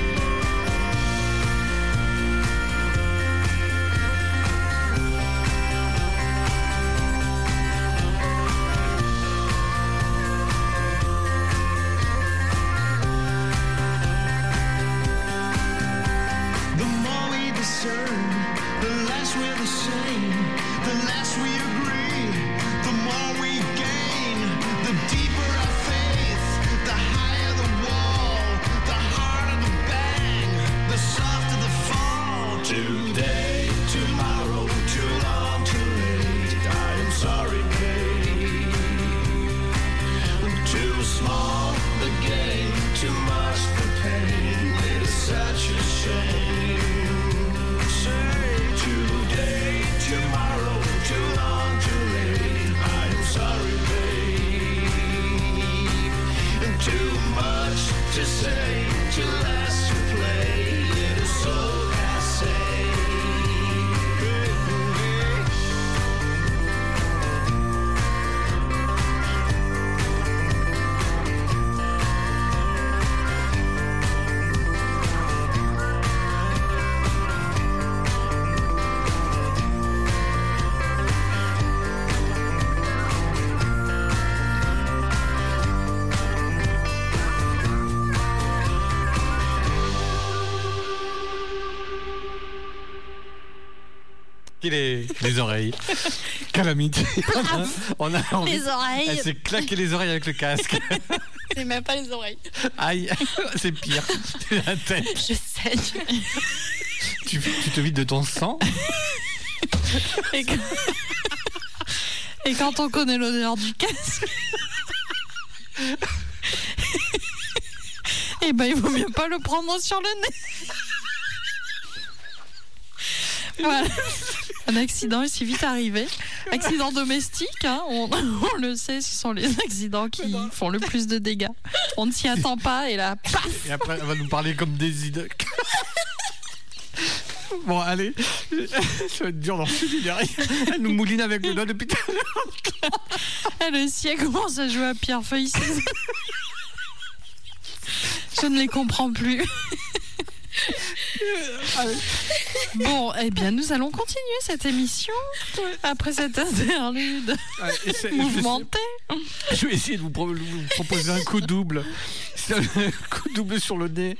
The more we discern, the less we're the same. The less we agree, the more we gain. The deeper our faith, the higher the wall. The harder the bang, the softer the fall. Today, tomorrow, too long, too late. I am sorry, babe. Too small the game, too much the pain. It is such a shame. Say today, tomorrow, too long, too late. I am sorry, babe. Too much to say, too less to play. It is so passé. Qui les, les oreilles. Calamité. On a, on a envie- Les oreilles. Elle s'est claqué les oreilles avec le casque. C'est même pas les oreilles. Aïe, c'est pire. C'est la tête. Je saigne. Tu, tu te vides de ton sang. Et quand, et quand on connaît l'odeur du casque, eh ben il vaut mieux pas le prendre sur le nez. Voilà. Un accident est si vite arrivé. Accident domestique, hein, on, on le sait, ce sont les accidents qui font le plus de dégâts. On ne s'y attend pas et là, paf. Et après, elle va nous parler comme des idées. Bon, allez. Ça va être dur d'en suivre derrière. Elle nous mouline avec le doigt depuis tout à l'heure. Et le siècle commence à jouer à pierre feuille ciseaux. Je ne les comprends plus. Bon, eh bien, nous allons continuer cette émission après cette interlude Ouais, et c'est- mouvementée. Je vais essayer de vous, pro- vous proposer un coup double. C'est un coup double sur le nez.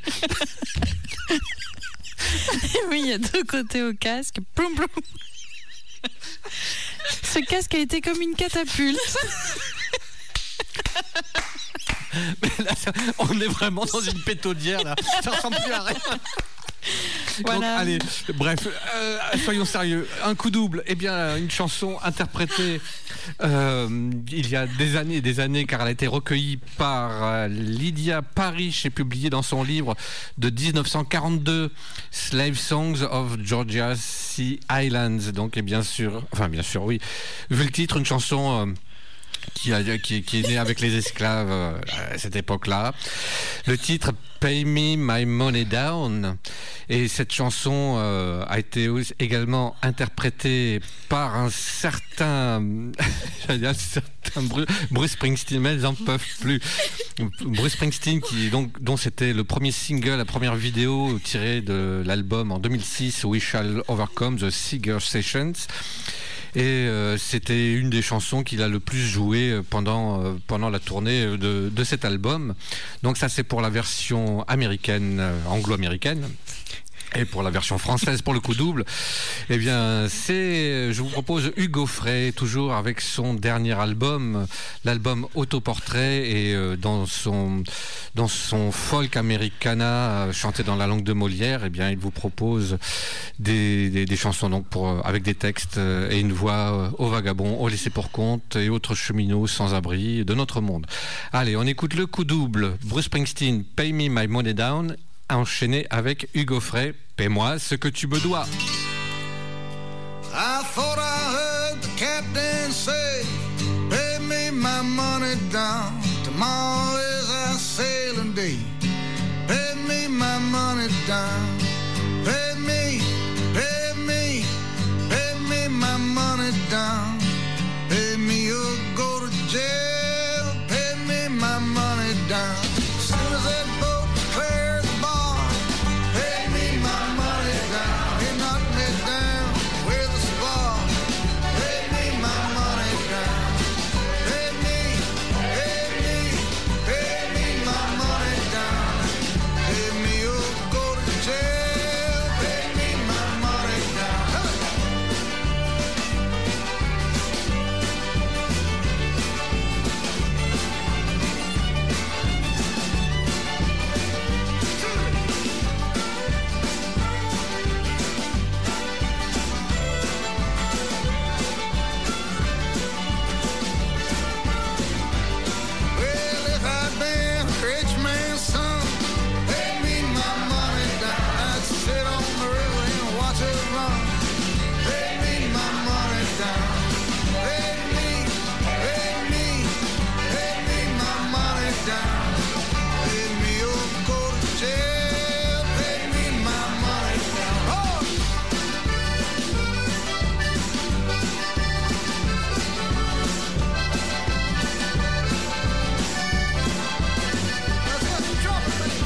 Et oui, il y a deux côtés au casque. Ploum, ploum. Ce casque a été comme une catapulte. Mais là, ça- on est vraiment dans une pétaudière là. Ça ressemble plus à rien. Voilà. Donc, allez, bref, euh, soyons sérieux. Un coup double, eh bien, une chanson interprétée euh, il y a des années et des années, car elle a été recueillie par euh, Lydia Parrish et publiée dans son livre de dix-neuf cent quarante-deux, Slave Songs of Georgia Sea Islands. Donc, et bien sûr, enfin, bien sûr, oui, vu le titre, une chanson. Euh, Qui, a, qui, qui est né avec les esclaves euh, à cette époque-là. Le titre Pay Me My Money Down, et cette chanson euh, a été aussi également interprétée par un certain, j'allais dire un certain Bruce, Bruce Springsteen, mais ils n'en peuvent plus. Bruce Springsteen, qui donc dont c'était le premier single, la première vidéo tirée de l'album en deux mille six, We Shall Overcome, The Seeger Sessions. Et euh, c'était une des chansons qu'il a le plus joué pendant, euh, pendant la tournée de, de cet album. Donc ça, c'est pour la version américaine, euh, anglo-américaine. Et pour la version française, pour le coup double, eh bien, c'est, je vous propose Hugo Frey, toujours avec son dernier album, l'album Autoportrait, et euh, dans son, dans son folk americana, euh, chanté dans la langue de Molière, eh bien, il vous propose des, des, des chansons donc pour, euh, avec des textes euh, et une voix euh, aux vagabonds, aux laissés pour compte et autres cheminots sans abri de notre monde. Allez, on écoute le coup double, Bruce Springsteen, Pay Me My Money Down, enchaîné avec Hugo Frey, paie-moi ce que tu me dois. I thought I heard the captain say, pay me me my money down. Tomorrow is our sailing day. Pay me my money down. Pay me, pay me, pay me my money down. Pay me or go to jail. Pay me my money down. As soon as that boat clears the bar, pay me my money down. He knocked me down with a spar. Pay me my money down. Pay me, pay me, pay me my money down. Pay me or go to jail. Pay me my money down. Well, if I'd been a rich man's son, pay me my money down. I'd sit on the river and watch it run. Pay me my money down. Pay me, pay me, pay me my money down. Pay me or go to jail. Pay me my money down. Oh! Let's get some trouble, baby.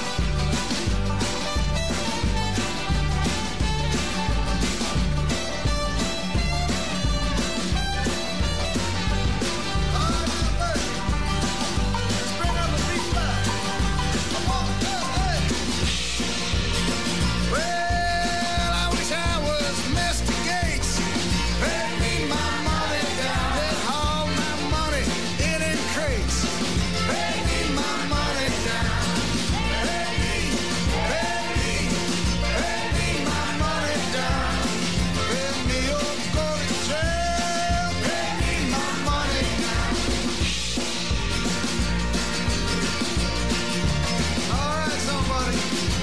Well, I wish I was Mister Gates. Pay me my money down. Let all my money in in crates. Pay me my money down. Pay me, pay me, pay me my money down. Pay me or go to jail. Pay me my money down. All right, somebody.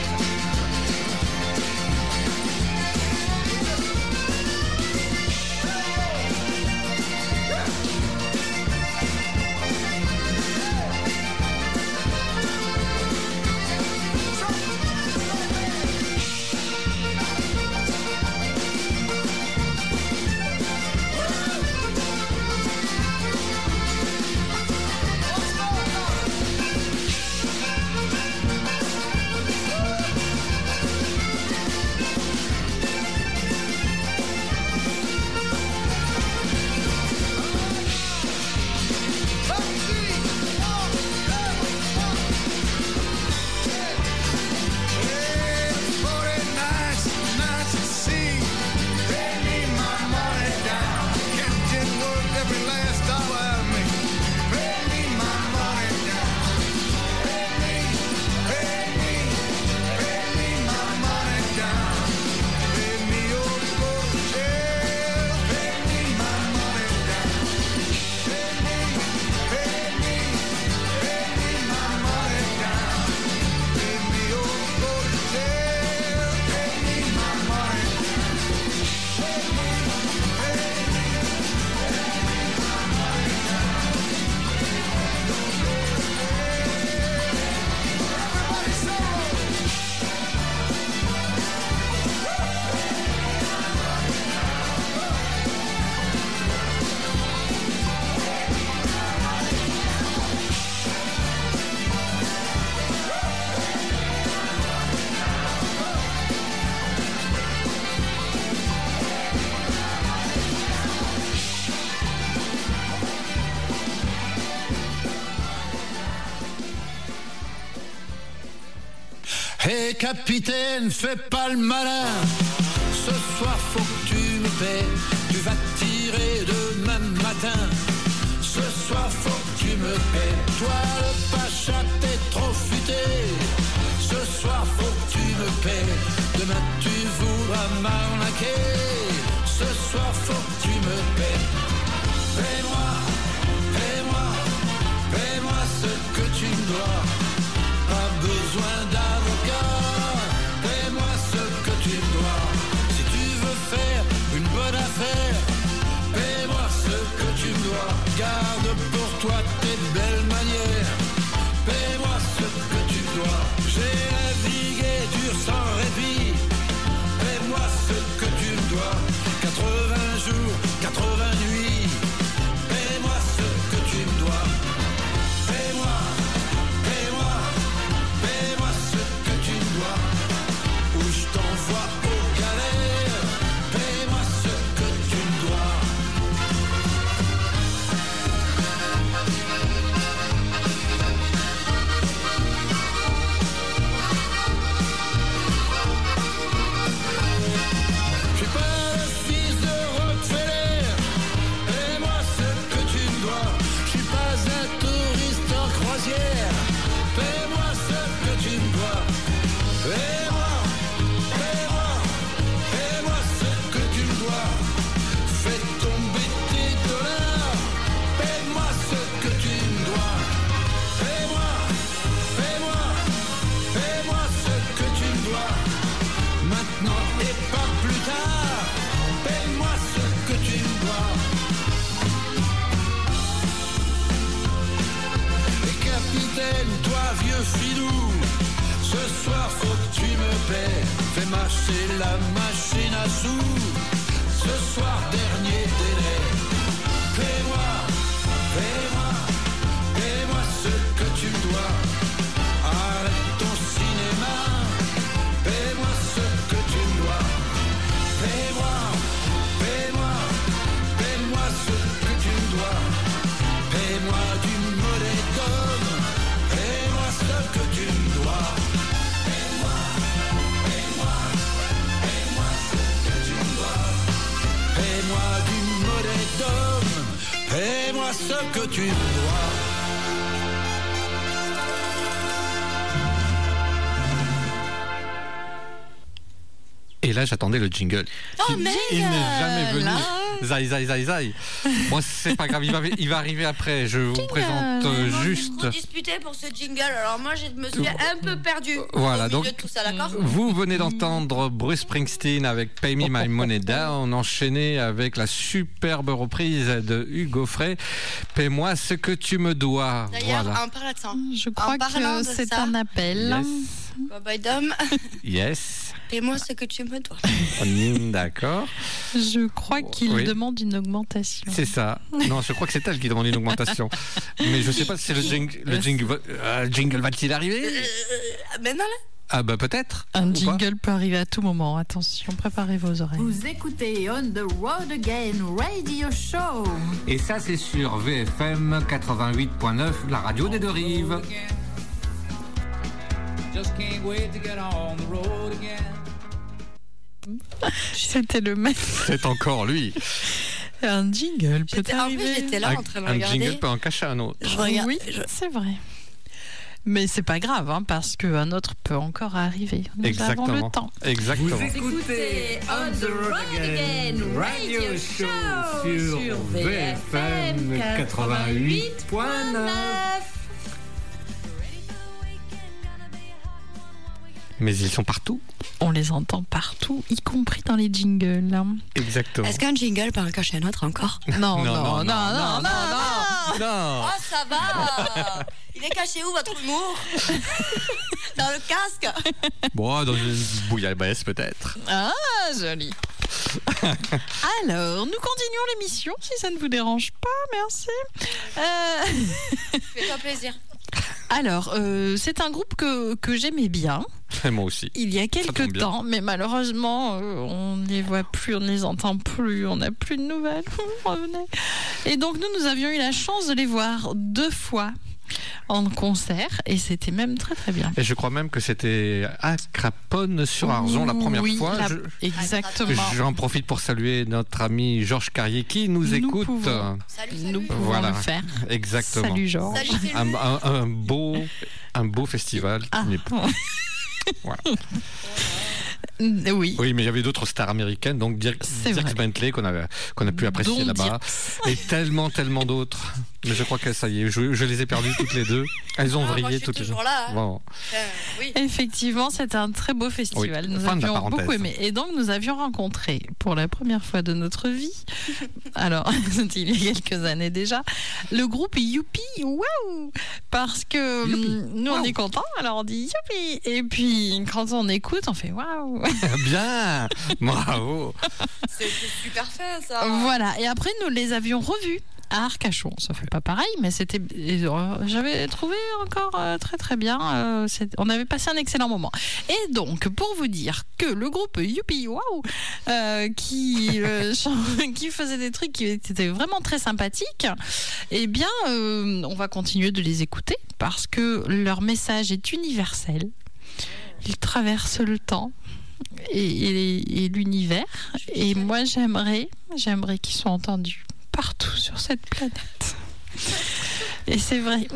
Hé hey, capitaine, fais pas le malin. Ce soir faut que tu me paies. Tu vas tirer demain matin. Ce soir faut que tu me paies. Toi le pacha t'es trop futé. Ce soir faut que tu me paies. Demain tu voudras m'arnaquer. Ce soir faut que tu me paies. Paie-moi, paie-moi, paie-moi ce que tu me dois. Pas besoin d'avocat, paie-moi ce que tu me dois. Si tu veux faire une bonne affaire, paie-moi ce que tu me dois. Garde toi tes belles manières. Paie-moi ce que tu dois. J'ai navigué dur sans répit. Paie-moi ce que tu me dois. quatre-vingts jours, quatre-vingts nuits. Paie-moi ce que tu me dois. Paie-moi, paie-moi, paie-moi ce que tu me dois. Ou je t'envoie aux galères. Paie-moi ce que tu me dois. Je suis pas le fils de Rockefeller. Paie-moi ce que tu me dois. Je suis pas un touriste en croisière. Paie-moi ce que tu me dois. Paie-moi, paie-moi, paie-moi ce que tu me dois. Fais tomber tes dollars. Paie-moi ce que tu me dois. Paie-moi, paie-moi, paie-moi ce que tu me dois. Maintenant et pas plus tard. Paie-moi ce que tu me dois. Et capitaine, toi vieux filou, ce soir faut que tu me paies. Fais marcher la machine à sous. Ce soir dernier délai. Paie-moi, paie-moi, paie-moi ce que tu me dois. Arrête ton cinéma. Paie-moi ce que tu me dois. Paie-moi, paie-moi, paie-moi ce que tu me dois. Paie-moi du mollet d'homme. Paie-moi ce que tu me dois. Paie-moi, paie-moi, paie-moi ce que tu me dois. Paie-moi du mollet d'homme. Paie-moi ce que tu me dois. Et là, j'attendais le jingle. Oh, il, merde, il n'est jamais venu. là. Zai, zai, zai, zai. Bon, c'est pas grave, il va, il va arriver après. Je vous présente euh, juste. Disputé pour ce jingle, alors moi je me suis un peu perdue Voilà, au milieu donc, de tout ça, d'accord? Vous venez d'entendre Bruce Springsteen avec Pay Me My Money Down, enchaîné avec la superbe reprise de Hugo Frey, Paie-moi ce que tu me dois. D'ailleurs, Voilà. en parlant de ça, Je crois en parlant que de c'est ça, un appel. Yes. Bye bye Dom, Yes. paie-moi ce que tu me dois. Mm, D'accord. Je crois qu'il Oui. demande une augmentation. C'est ça. Non, je crois que c'est elle qui demande une augmentation. Mais je sais pas si le jingle, le jingle, va- euh, jingle va-t-il arriver? Euh, maintenant là? Ah bah peut-être. Un ou pas. jingle peut arriver à tout moment. Attention, préparez vos oreilles. Vous écoutez On the Road Again Radio Show. Et ça, c'est sur V F M quatre-vingt-huit point neuf, la radio des deux rives. Just can't wait to get on the road again. C'était le même. C'est encore lui. Un jingle peut J'étais- en arriver. plus, j'étais là en train de un regarder. jingle peut en cacher un autre. Je regarde. Oui, je- c'est vrai. Mais c'est pas grave, hein, parce qu'un autre peut encore arriver. Nous Exactement. avons le temps. Exactement. Écoutez On the Road Again Radio Show sur V F M quatre-vingt-huit point neuf. Mais ils sont partout. On les entend partout, y compris dans les jingles. hein. Exactement. Est-ce qu'un jingle peut en cacher un autre encore? Non, non, Non, non, non, non, non, non. Non. Oh, ça va! Il est caché où votre humour? Dans le casque? Bon, dans une bouillabaisse peut-être. Ah, joli. Alors, nous continuons l'émission, si ça ne vous dérange pas, merci. Euh, Fais-toi plaisir. Alors, euh, c'est un groupe que, que j'aimais bien. Et moi aussi. Il y a tombe quelques bien. temps, mais malheureusement, euh, on ne les voit plus, on ne les entend plus, on n'a plus de nouvelles. Revenez. Et donc, nous, nous avions eu la chance de les voir deux fois en concert, et c'était même très très bien. Et je crois même que c'était à Craponne-sur-Arzon la première Oui, fois. la- Je- Exactement. J'en profite pour saluer notre ami Georges Carrier qui nous, Nous écoute. pouvons. Salut, Nous salut. pouvons Voilà. le faire. Exactement. Salut Georges. Salut, c'est Un, lui. un- un beau, un beau festival. qui Ah. n'est plus- Voilà. Oui. Oui, mais il y avait d'autres stars américaines, donc Dirk, C'est Dirk vrai. Bentley qu'on a, qu'on a pu apprécier Dont là-bas. Et tellement, tellement d'autres. Mais je crois que ça y est, je, je les ai perdues toutes les deux. Elles ont Ah, moi, vrillé je suis toutes les deux. toujours là, hein. Bon. Euh, oui. Effectivement, c'était un très beau festival. Oui, Nous fin de la avions parenthèse. beaucoup aimé. Et donc, nous avions rencontré pour la première fois de notre vie, alors, c'était il y a quelques années déjà, le groupe Youpi. Waouh! Parce que hum, nous, on est contents, alors on dit Youpi. Et puis, quand on écoute, on fait waouh! Bien, bravo. C'est c'est super fait, ça. Voilà. Et après, nous les avions revus à Arcachon. Ça fait pas pareil, mais c'était. euh, J'avais trouvé encore euh, très très bien. euh, c'est- on avait passé un excellent moment. Et donc, pour vous dire que le groupe Youpi Waouh, euh, qui euh, chan- qui faisait des trucs qui étaient vraiment très sympathiques, eh bien, euh, on va continuer de les écouter parce que leur message est universel. Ils traversent le temps et, et- et l'univers. Et moi, j'aimerais, j'aimerais qu'ils soient entendus partout sur cette planète. Et c'est vrai.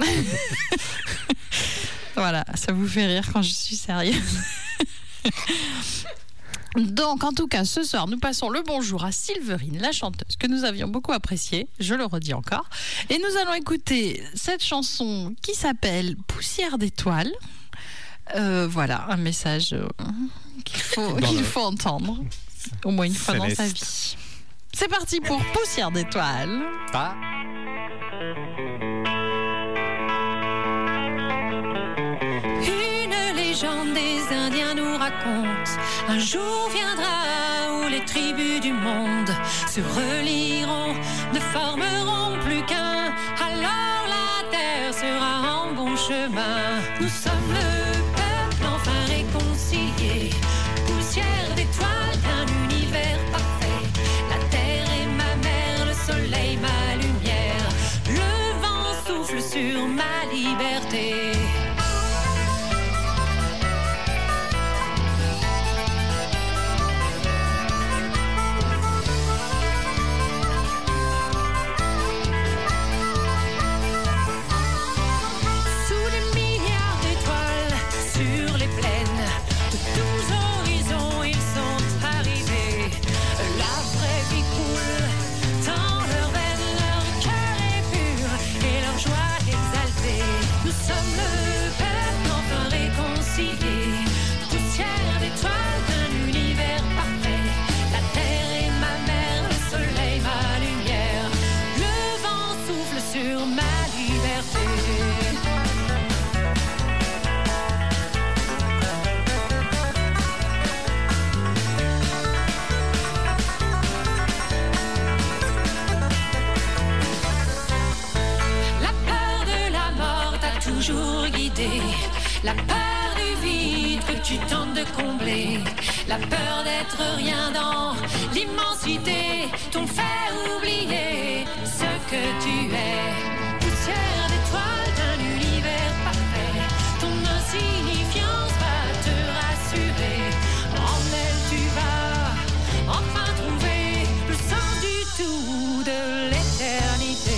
Voilà, ça vous fait rire quand je suis sérieuse. Donc, en tout cas, ce soir, nous passons le bonjour à Silverine, la chanteuse, que nous avions beaucoup appréciée, je le redis encore. Et nous allons écouter cette chanson qui s'appelle Poussière d'étoiles. Euh, voilà, un message euh, qu'il faut, Dans qu'il le- faut entendre au moins une fois dans sa Céleste. vie. C'est parti pour Poussière d'étoiles. Ah. Une légende des Indiens nous raconte, un jour viendra où les tribus du monde se relieront, ne formeront plus qu'un, alors la terre sera en bon chemin. Nous sommes le peuple enfin réconcilié, poussière d'étoiles d'un univers parfait. La terre est ma mère, le soleil ma lumière, le vent souffle sur ma liberté. Sous des milliards d'étoiles sur les plaines, de tous horizons ils sont arrivés. La vraie vie coule dans leurs veines, leur cœur est pur et leur joie exaltée. Nous sommes le peuple enfin réconcilié, poussière d'étoiles d'un univers parfait. La terre est ma mère, le soleil ma lumière, le vent souffle sur ma liberté. La peur de la mort t'a toujours guidé, la peur du vide que tu tentes de combler, la peur d'être rien dans l'immensité t'ont fait oublier ce que tu es. Poussière d'étoiles d'un univers parfait, ton insignifiance va te rassurer. En elle tu vas enfin trouver le sens du tout de l'éternité.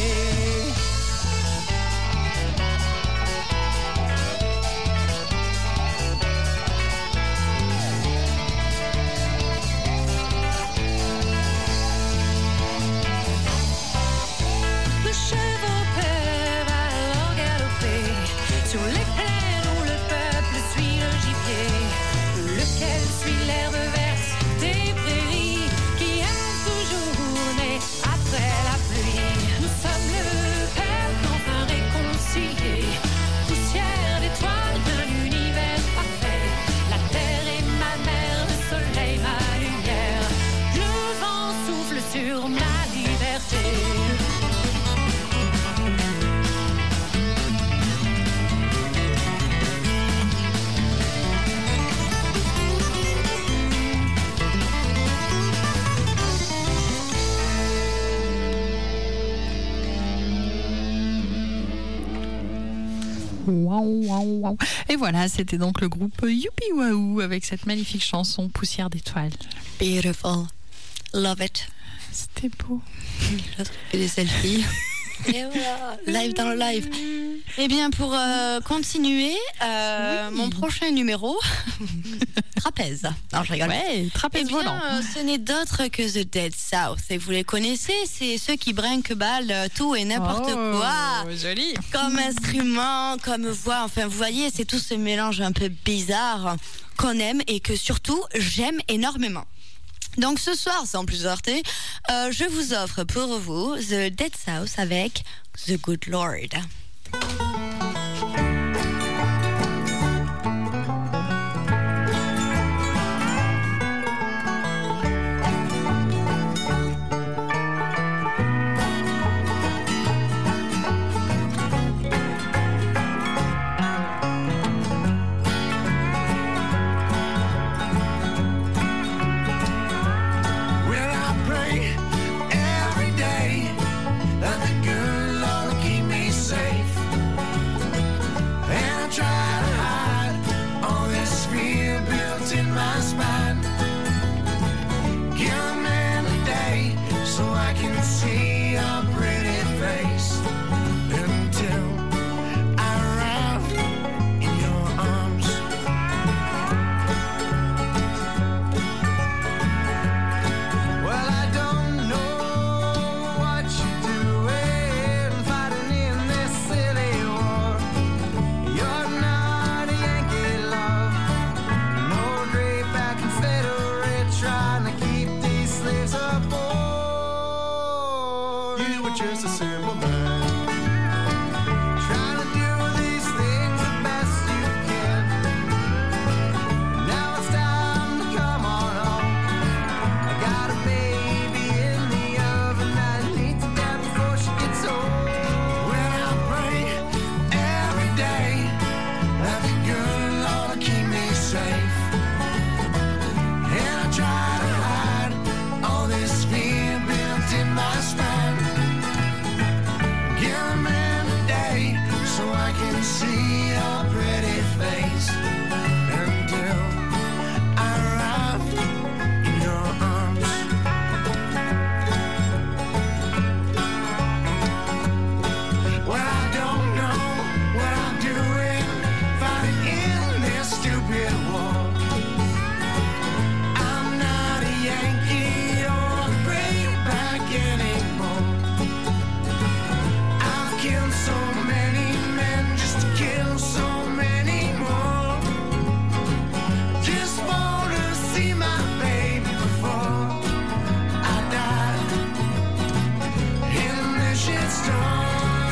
Les chevaux peuvent alors galoper sur les plaines où le peuple suit le gibier, lequel suit l'herbe verte des prairies qui aime toujours né après la pluie. Nous sommes le peuple enfin réconcilié, poussière d'étoiles d'un univers parfait. La terre est ma mère, le soleil ma lumière, le vent souffle sur ma liberté. Waouh, waouh, waouh. Et voilà, c'était donc le groupe Youpi Waouh avec cette magnifique chanson Poussière d'étoiles. Beautiful. Love it. C'était beau. J'ai fait des selfies. Et voilà, live dans le live. Eh bien, pour euh, continuer, euh, Oui. mon prochain numéro, trapèze. Non, je rigole. Ouais, trapèze Eh bien, volant. euh, ce n'est d'autre que The Dead South. Et vous les connaissez, c'est ceux qui brinque-ballent tout et n'importe Oh, quoi. joli. Comme instrument, comme voix. Enfin, vous voyez, c'est tout ce mélange un peu bizarre qu'on aime et que surtout, j'aime énormément. Donc ce soir, sans plus tarder, euh, je vous offre pour vous The Dead South avec The Good Lord. Well, I pray every day that the good Lord will keep me safe. And I try to hide all this fear built in my spine. Give a man a day so I can see your pretty face until I arrive in your arms. Well, I don't know what you're doing, fighting in this silly war. You're not a Yankee love, nor a grayback Confederate trying to keep these slaves aboard. You were just a simple man, trying to do these things the best you can. Now it's time to come on home. I got a baby in the oven I need to get before she gets home. When I pray every day that the good Lord will keep me safe, and I try to hide all this fear built in my spine. Give a man a day so I can see your pretty face until I arrive in your arms. Well, I don't know what I'm doing, fighting in this stupid war. I'm not a Yankee or a grayback anymore. I've killed so many men just to kill so many more. Just wanna see my baby before I die in this shitstorm.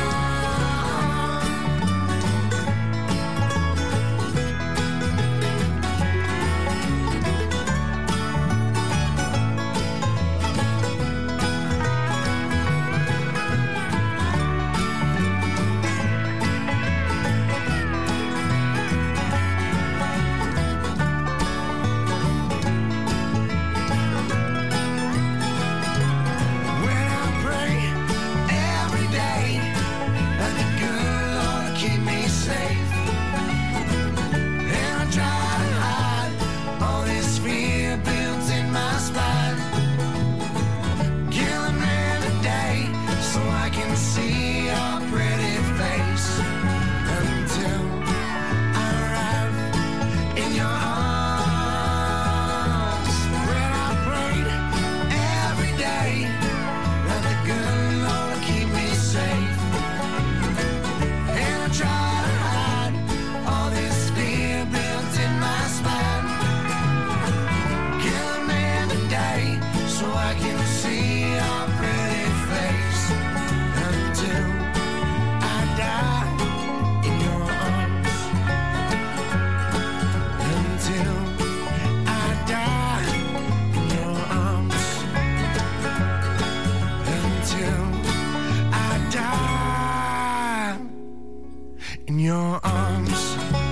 When I pray every day that the good Lord will keep me safe, and I try to hide all this fear built in my spine. Give a man a day so I can see your pretty face until I arrive in your arms. When I prayed every day that the good Lord will keep me safe, and I try to hide all this fear built in my spine. Give a man a day so I can see your pretty face until I die in your arms. Until I die in your arms. Until I die in your arms.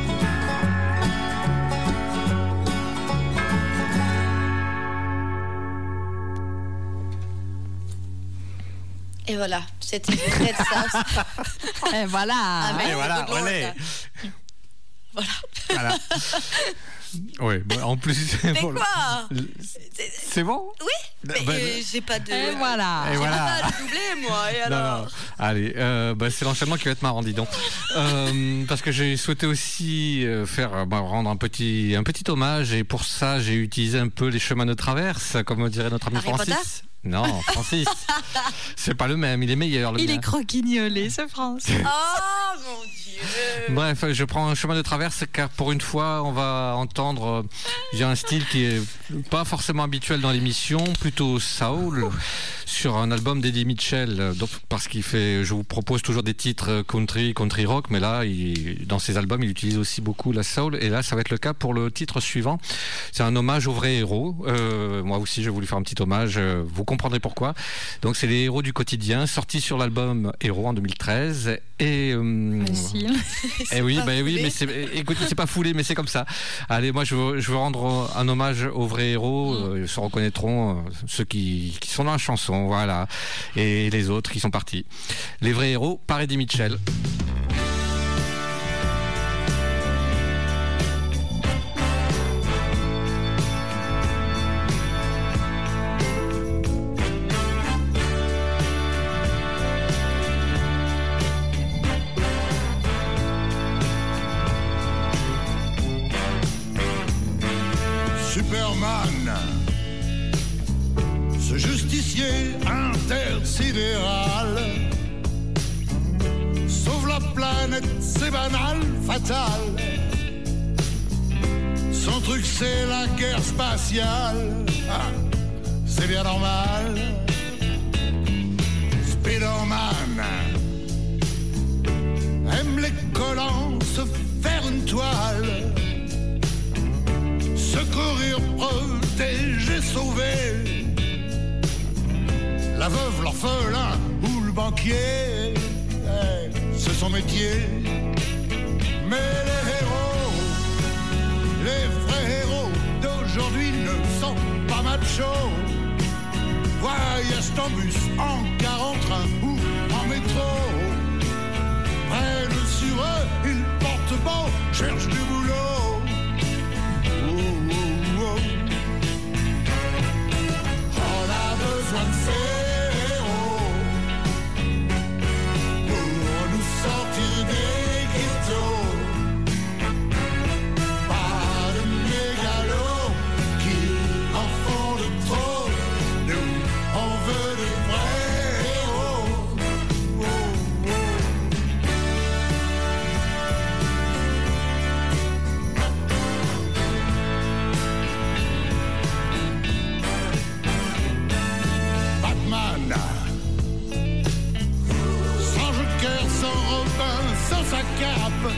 Et voilà, c'était The Dead South. Et voilà. Avec Et voilà, The Good Lord. olé. Voilà. Voilà. Oui, bah, en plus. Mais bon, quoi? C'est bon? Oui, bah, mais bah, euh, j'ai pas de. Et voilà. Et J'ai voilà. pas de doublé, moi, et Non, alors? non. Allez, euh, bah, c'est l'enchaînement qui va être marrant, dis donc. Euh, parce que j'ai souhaité aussi euh, faire bah, rendre un petit, un petit hommage, et pour ça, j'ai utilisé un peu les chemins de traverse, comme dirait notre ami Harry Francis. Potter. Non, Francis. C'est pas le même, il est meilleur. Le Il mien. est croquignolé, ce France. Oh mon Dieu! Bref, je prends un chemin de traverse car pour une fois, on va entendre euh, j'ai un style qui est pas forcément habituel dans l'émission, plutôt soul, sur un album d'Eddie Mitchell. Donc, parce qu'il fait, je vous propose toujours des titres country, country rock, mais là, il, dans ses albums, il utilise aussi beaucoup la soul. Et là, ça va être le cas pour le titre suivant. C'est un hommage aux vrais héros. Euh, moi aussi, j'ai voulu faire un petit hommage. Vous comprendrez pourquoi. Donc, c'est les héros du quotidien, sortis sur l'album Héros en deux mille treize. Et euh, Facile. Eh oui, bah oui, mais c'est, écoutez, c'est pas foulé, mais c'est comme ça. Allez, moi, je veux, je veux rendre un hommage aux vrais héros. Euh, se reconnaîtront euh, ceux qui, qui sont dans la chanson, voilà, et les autres qui sont partis. Les vrais héros par Eddie Mitchell. Superman, ce justicier intersidéral, sauve la planète, c'est banal, fatal. Son truc c'est la guerre spatiale, ah, c'est bien normal. Spider-Man aime les collants, se faire une toile, secourir, protéger, sauver la veuve, l'orphelin ou le banquier, hey, c'est son métier. Mais les héros, les vrais héros d'aujourd'hui ne sont pas machos. Voyagent en bus, en car, en train ou en métro. Prennent sur eux, ils portent beau, cherchent du boulot. Besoin de ces héros pour nous sortir des ghettos. Pas de mégalos qui en font de trop. Nous, on veut de vrais héros. Oh, oh. Sans Joker, sans Robin, sans sa cape,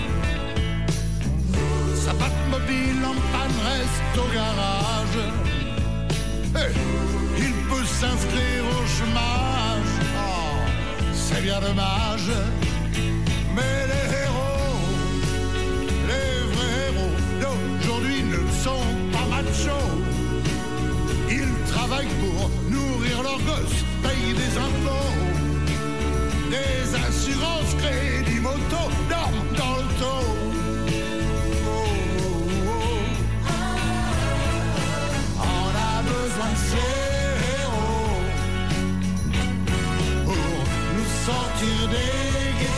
sa Batmobile en panne reste au garage. Hey, il peut s'inscrire au chômage, oh, c'est bien dommage. Mais les héros, les vrais héros d'aujourd'hui ne sont pas machos. Ils travaillent pour nourrir leurs gosses, payent des impôts, des assurances, crédits, moto, dorment dans le taux. Oh, oh, oh. On a besoin de ces héros pour nous sortir des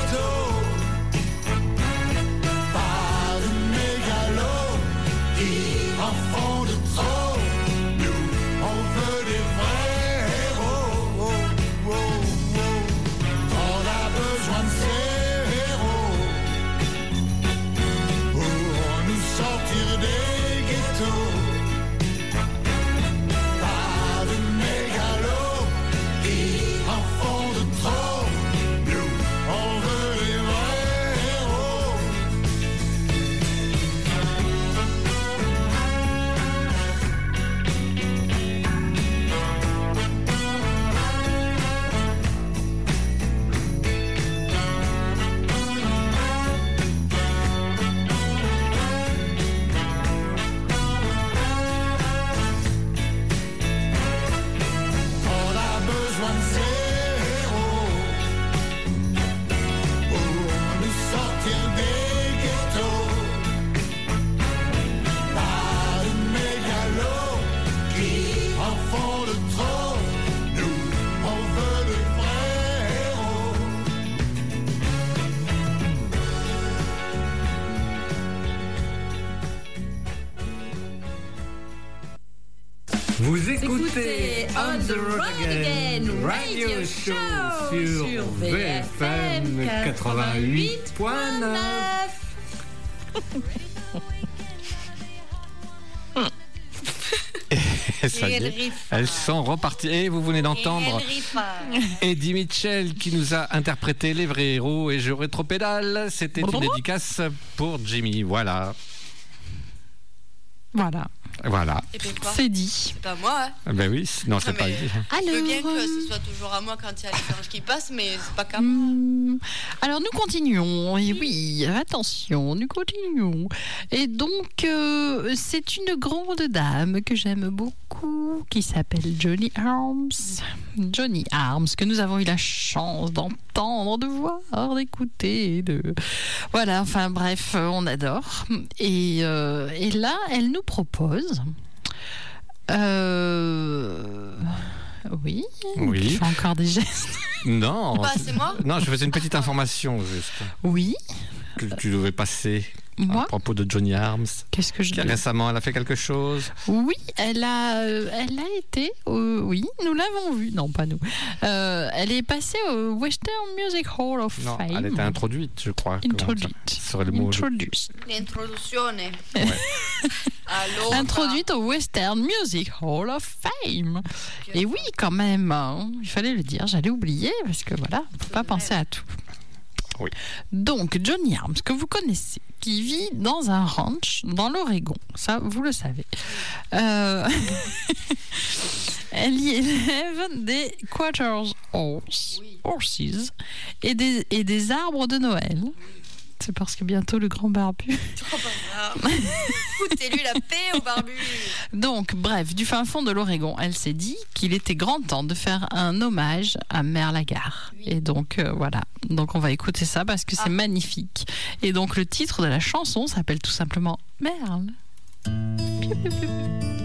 écoutez On the Road Again Radio Show sur V F M quatre-vingt-huit point neuf. Et ça y est, elles sont reparties. Et vous venez d'entendre Eddie Mitchell qui nous a interprété Les Vrais Héros et Je Rétropédale. C'était une dédicace pour Jimmy. Voilà. Voilà. Voilà. C'est dit. C'est pas moi. Hein. Ben oui, non, c'est non, pas dit. Je veux bien que ce soit toujours à moi quand il y a les anges qui passent, mais c'est pas qu'à moi. Alors nous continuons. Et oui, attention, nous continuons. Et donc, euh, c'est une grande dame que j'aime beaucoup qui s'appelle Johnny Arms. Johnny Arms, que nous avons eu la chance d'entendre, de voir, d'écouter. De... Voilà, enfin bref, on adore. Et, euh, et là, elle nous propose. Euh... Oui. Oui. Je fais encore des gestes. Non. Bah, c'est moi. Non, je faisais une petite information juste. Oui. Que tu devais passer. Moi à propos de Johnny Arms. Qu'est-ce que je dis ? Récemment, elle a fait quelque chose. Oui, elle a, euh, elle a été, euh, oui, nous l'avons vue. Non, pas nous. Euh, elle est passée au Western Music Hall of non, Fame. Elle était introduite, je crois. Introduite. Serait le mot. Introduced. L'introduzione. Ouais. Allora. Introduite au Western Music Hall of Fame. Et oui, quand même, hein, il fallait le dire. J'allais oublier parce que voilà, on ne peut pas penser à tout. Oui. Donc, Johnny Arms, que vous connaissez, qui vit dans un ranch dans l'Oregon. Ça, vous le savez. Euh... Elle y élève des quarters horse, horses et des, et des arbres de Noël. C'est parce que bientôt le grand barbu. Foutez-lui la paix au barbu. Donc, bref, du fin fond de l'Oregon, elle s'est dit qu'il était grand temps de faire un hommage à Merle Haggard. Oui. Et donc, euh, voilà. Donc, on va écouter ça parce que c'est ah. magnifique. Et donc, le titre de la chanson s'appelle tout simplement Merle. Piu, piu, piu.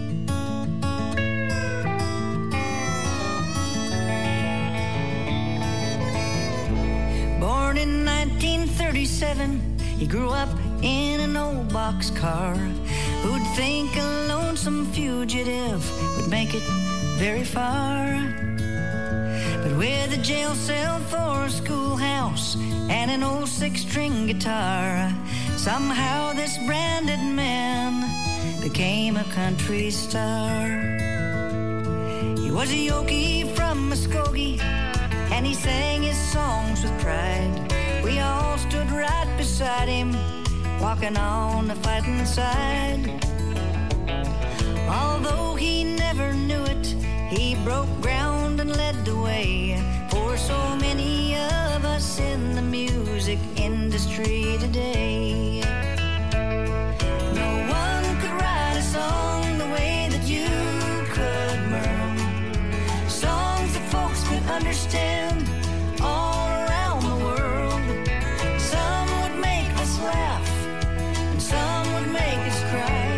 Born in nineteen thirty-seven, he grew up in an old boxcar. Who'd think a lonesome fugitive would make it very far? But with a jail cell for a schoolhouse and an old six-string guitar, somehow this branded man became a country star. He was a Yokie from Muskogee, and he sang his songs with pride. We all stood right beside him, walking on the fighting side. Although he never knew it, he broke ground and led the way for so many of us in the music industry today. No one could write a song the way that you could, Merle. Songs that folks could understand all around the world. Some would make us laugh, and some would make us cry.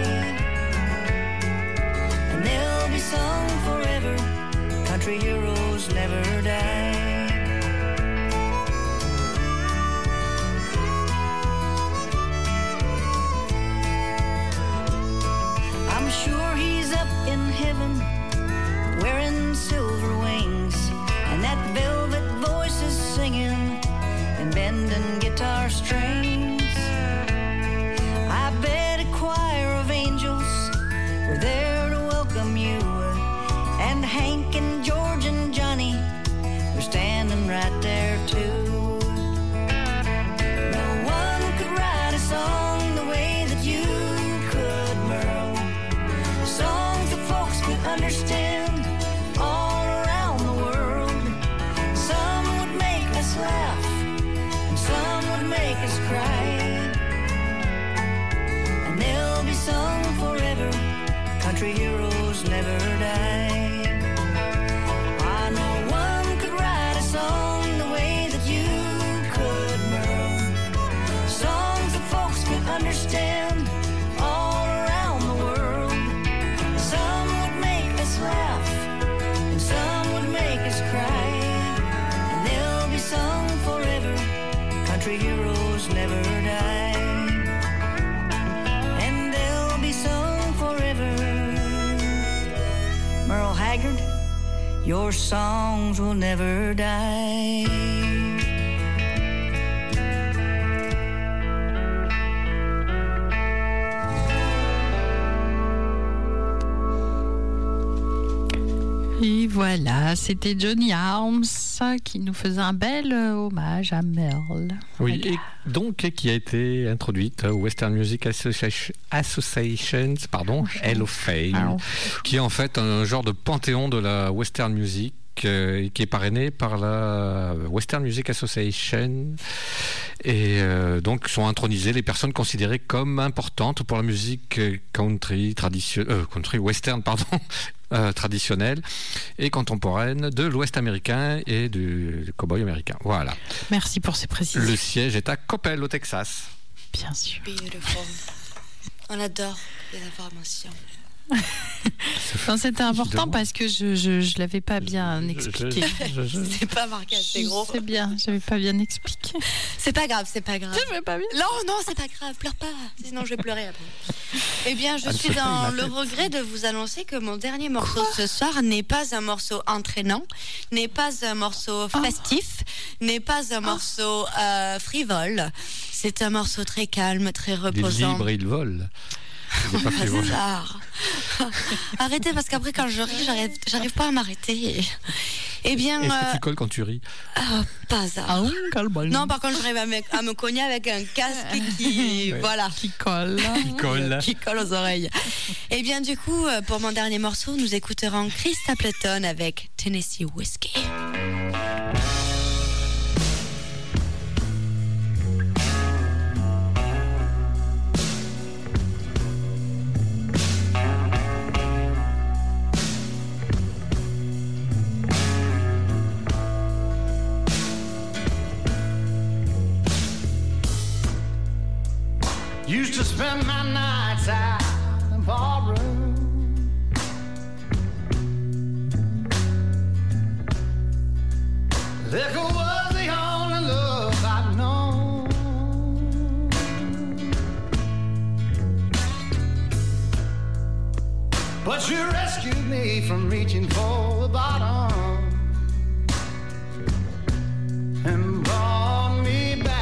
And they'll be sung forever. Country heroes never die. I'm sure he's up in heaven, wearing silver wings, and that velvet voice is singing and bending guitar strings. I bet a choir of angels were there to welcome you, and Hank and George and Johnny were standing right there too. No one could write a song the way that you could, Merle. Songs that folks could understand all around the world. Some would make us laugh, and some would make us cry. And they'll be sung forever. Country heroes never die. I know one could write a song the way that you could, Merle. Songs that folks could understand all around the world. Some would make us laugh, and some would make us cry. And they'll be sung forever. Country heroes never die. And they'll be sung forever. Merle your songs will never die. Et voilà, c'était Johnny Arms qui nous faisait un bel hommage à Merle. Oui, et donc qui a été introduite au Western Music Association, Association pardon, Hall of Fame, qui est en fait un genre de panthéon de la Western Music, euh, qui est parrainé par la Western Music Association. Et euh, donc sont intronisées les personnes considérées comme importantes pour la musique country, tradition, euh, country western, pardon. Euh, traditionnelle et contemporaine de l'Ouest américain et du, du cow-boy américain. Voilà. Merci pour ces précisions. Le siège est à Coppell, au Texas. Bien sûr. Beautiful. On adore les informations. Non, c'était important parce que je je, je l'avais pas bien expliqué. Je, je, je, je... C'est pas marqué assez gros. C'est bien, j'avais pas bien expliqué. C'est pas grave, c'est pas grave. Je vais pas bien. Non, non, c'est pas grave, pleure pas. Sinon, je vais pleurer après. Eh bien, je suis dans le regret de vous annoncer que mon dernier morceau ce soir n'est pas un morceau entraînant, n'est pas un morceau festif, oh. n'est pas un morceau euh, frivole. C'est un morceau très calme, très reposant. Il vibre, il vole. C'est pas ça. Arrêtez, parce qu'après quand je ris, j'arrive, j'arrive pas à m'arrêter. Eh bien. Est-ce que euh... tu colles quand tu ris? Ah, pas ça. Ah, non, par contre, j'arrive à me, à me cogner avec un casque qui, ouais. voilà, qui colle, qui colle, qui colle aux oreilles. Eh bien, du coup, pour mon dernier morceau, nous écouterons Chris Stapleton avec Tennessee Whiskey. Used to spend my nights out in ballroom. Liquor was the only love I'd known. But you rescued me from reaching for the bottom and brought me back.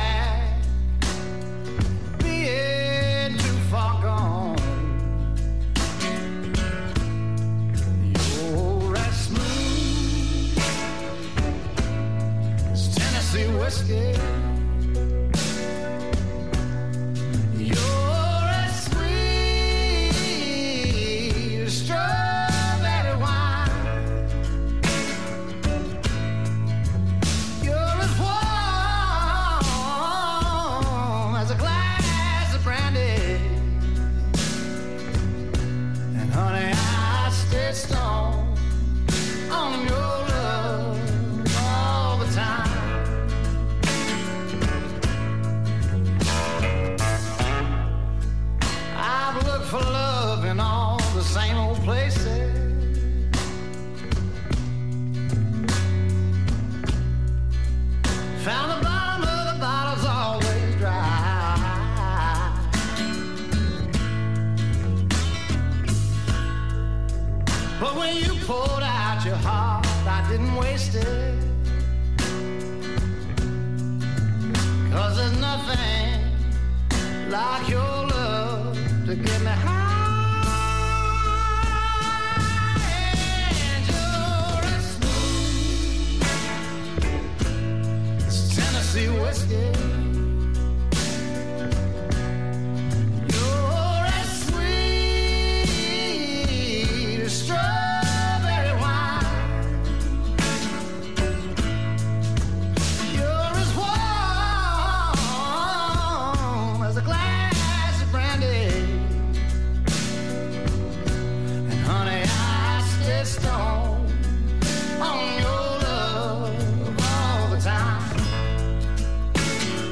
Whiskey. You're as sweet as strawberry wine. You're as warm as a glass of brandy. And honey, I stay strong on your love all the time. For love in all the same old places. Found the bottom of the bottle's always dry. But when you poured out your heart, I didn't waste it. 'Cause there's nothing like your love to get me high. And you're as smooth as Tennessee whiskey. You're as sweet as strawberry wine. You're as warm as a glass of brandy. Stone on your love all the time.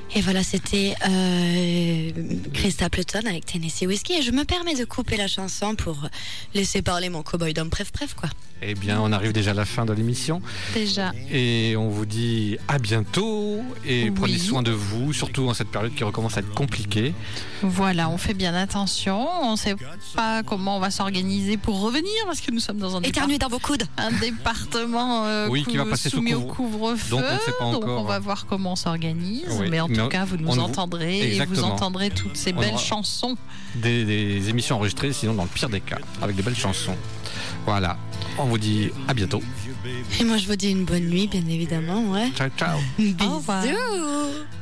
Et voilà, c'était euh, Chris Stapleton avec Tennessee Whiskey. Et je me permets de couper la chanson pour laisser parler mon cow-boy d'homme bref, bref, quoi. Eh bien, on arrive déjà à la fin de l'émission. Déjà. Et on vous dit à bientôt. Et Oui. prenez soin de vous, surtout en cette période qui recommence à être compliquée. Voilà, on fait bien attention. On ne sait pas comment on va s'organiser pour revenir parce que nous sommes dans un, Éternue départ- dans vos coudes. un département euh, Oui, qui va cou- passer sous soumis au couvre- couvre-feu. Donc, on ne sait pas Donc, encore. on va voir comment on s'organise. Oui, mais en mais tout on- cas, vous nous on vous- entendrez et vous Exactement. entendrez toutes ces On belles aura- chansons. Des, des émissions enregistrées, sinon dans le pire des cas, avec des belles chansons. Voilà, on vous dit à bientôt. Et moi, je vous dis une bonne nuit, bien évidemment, ouais. Ciao, ciao. Au revoir. Bisous.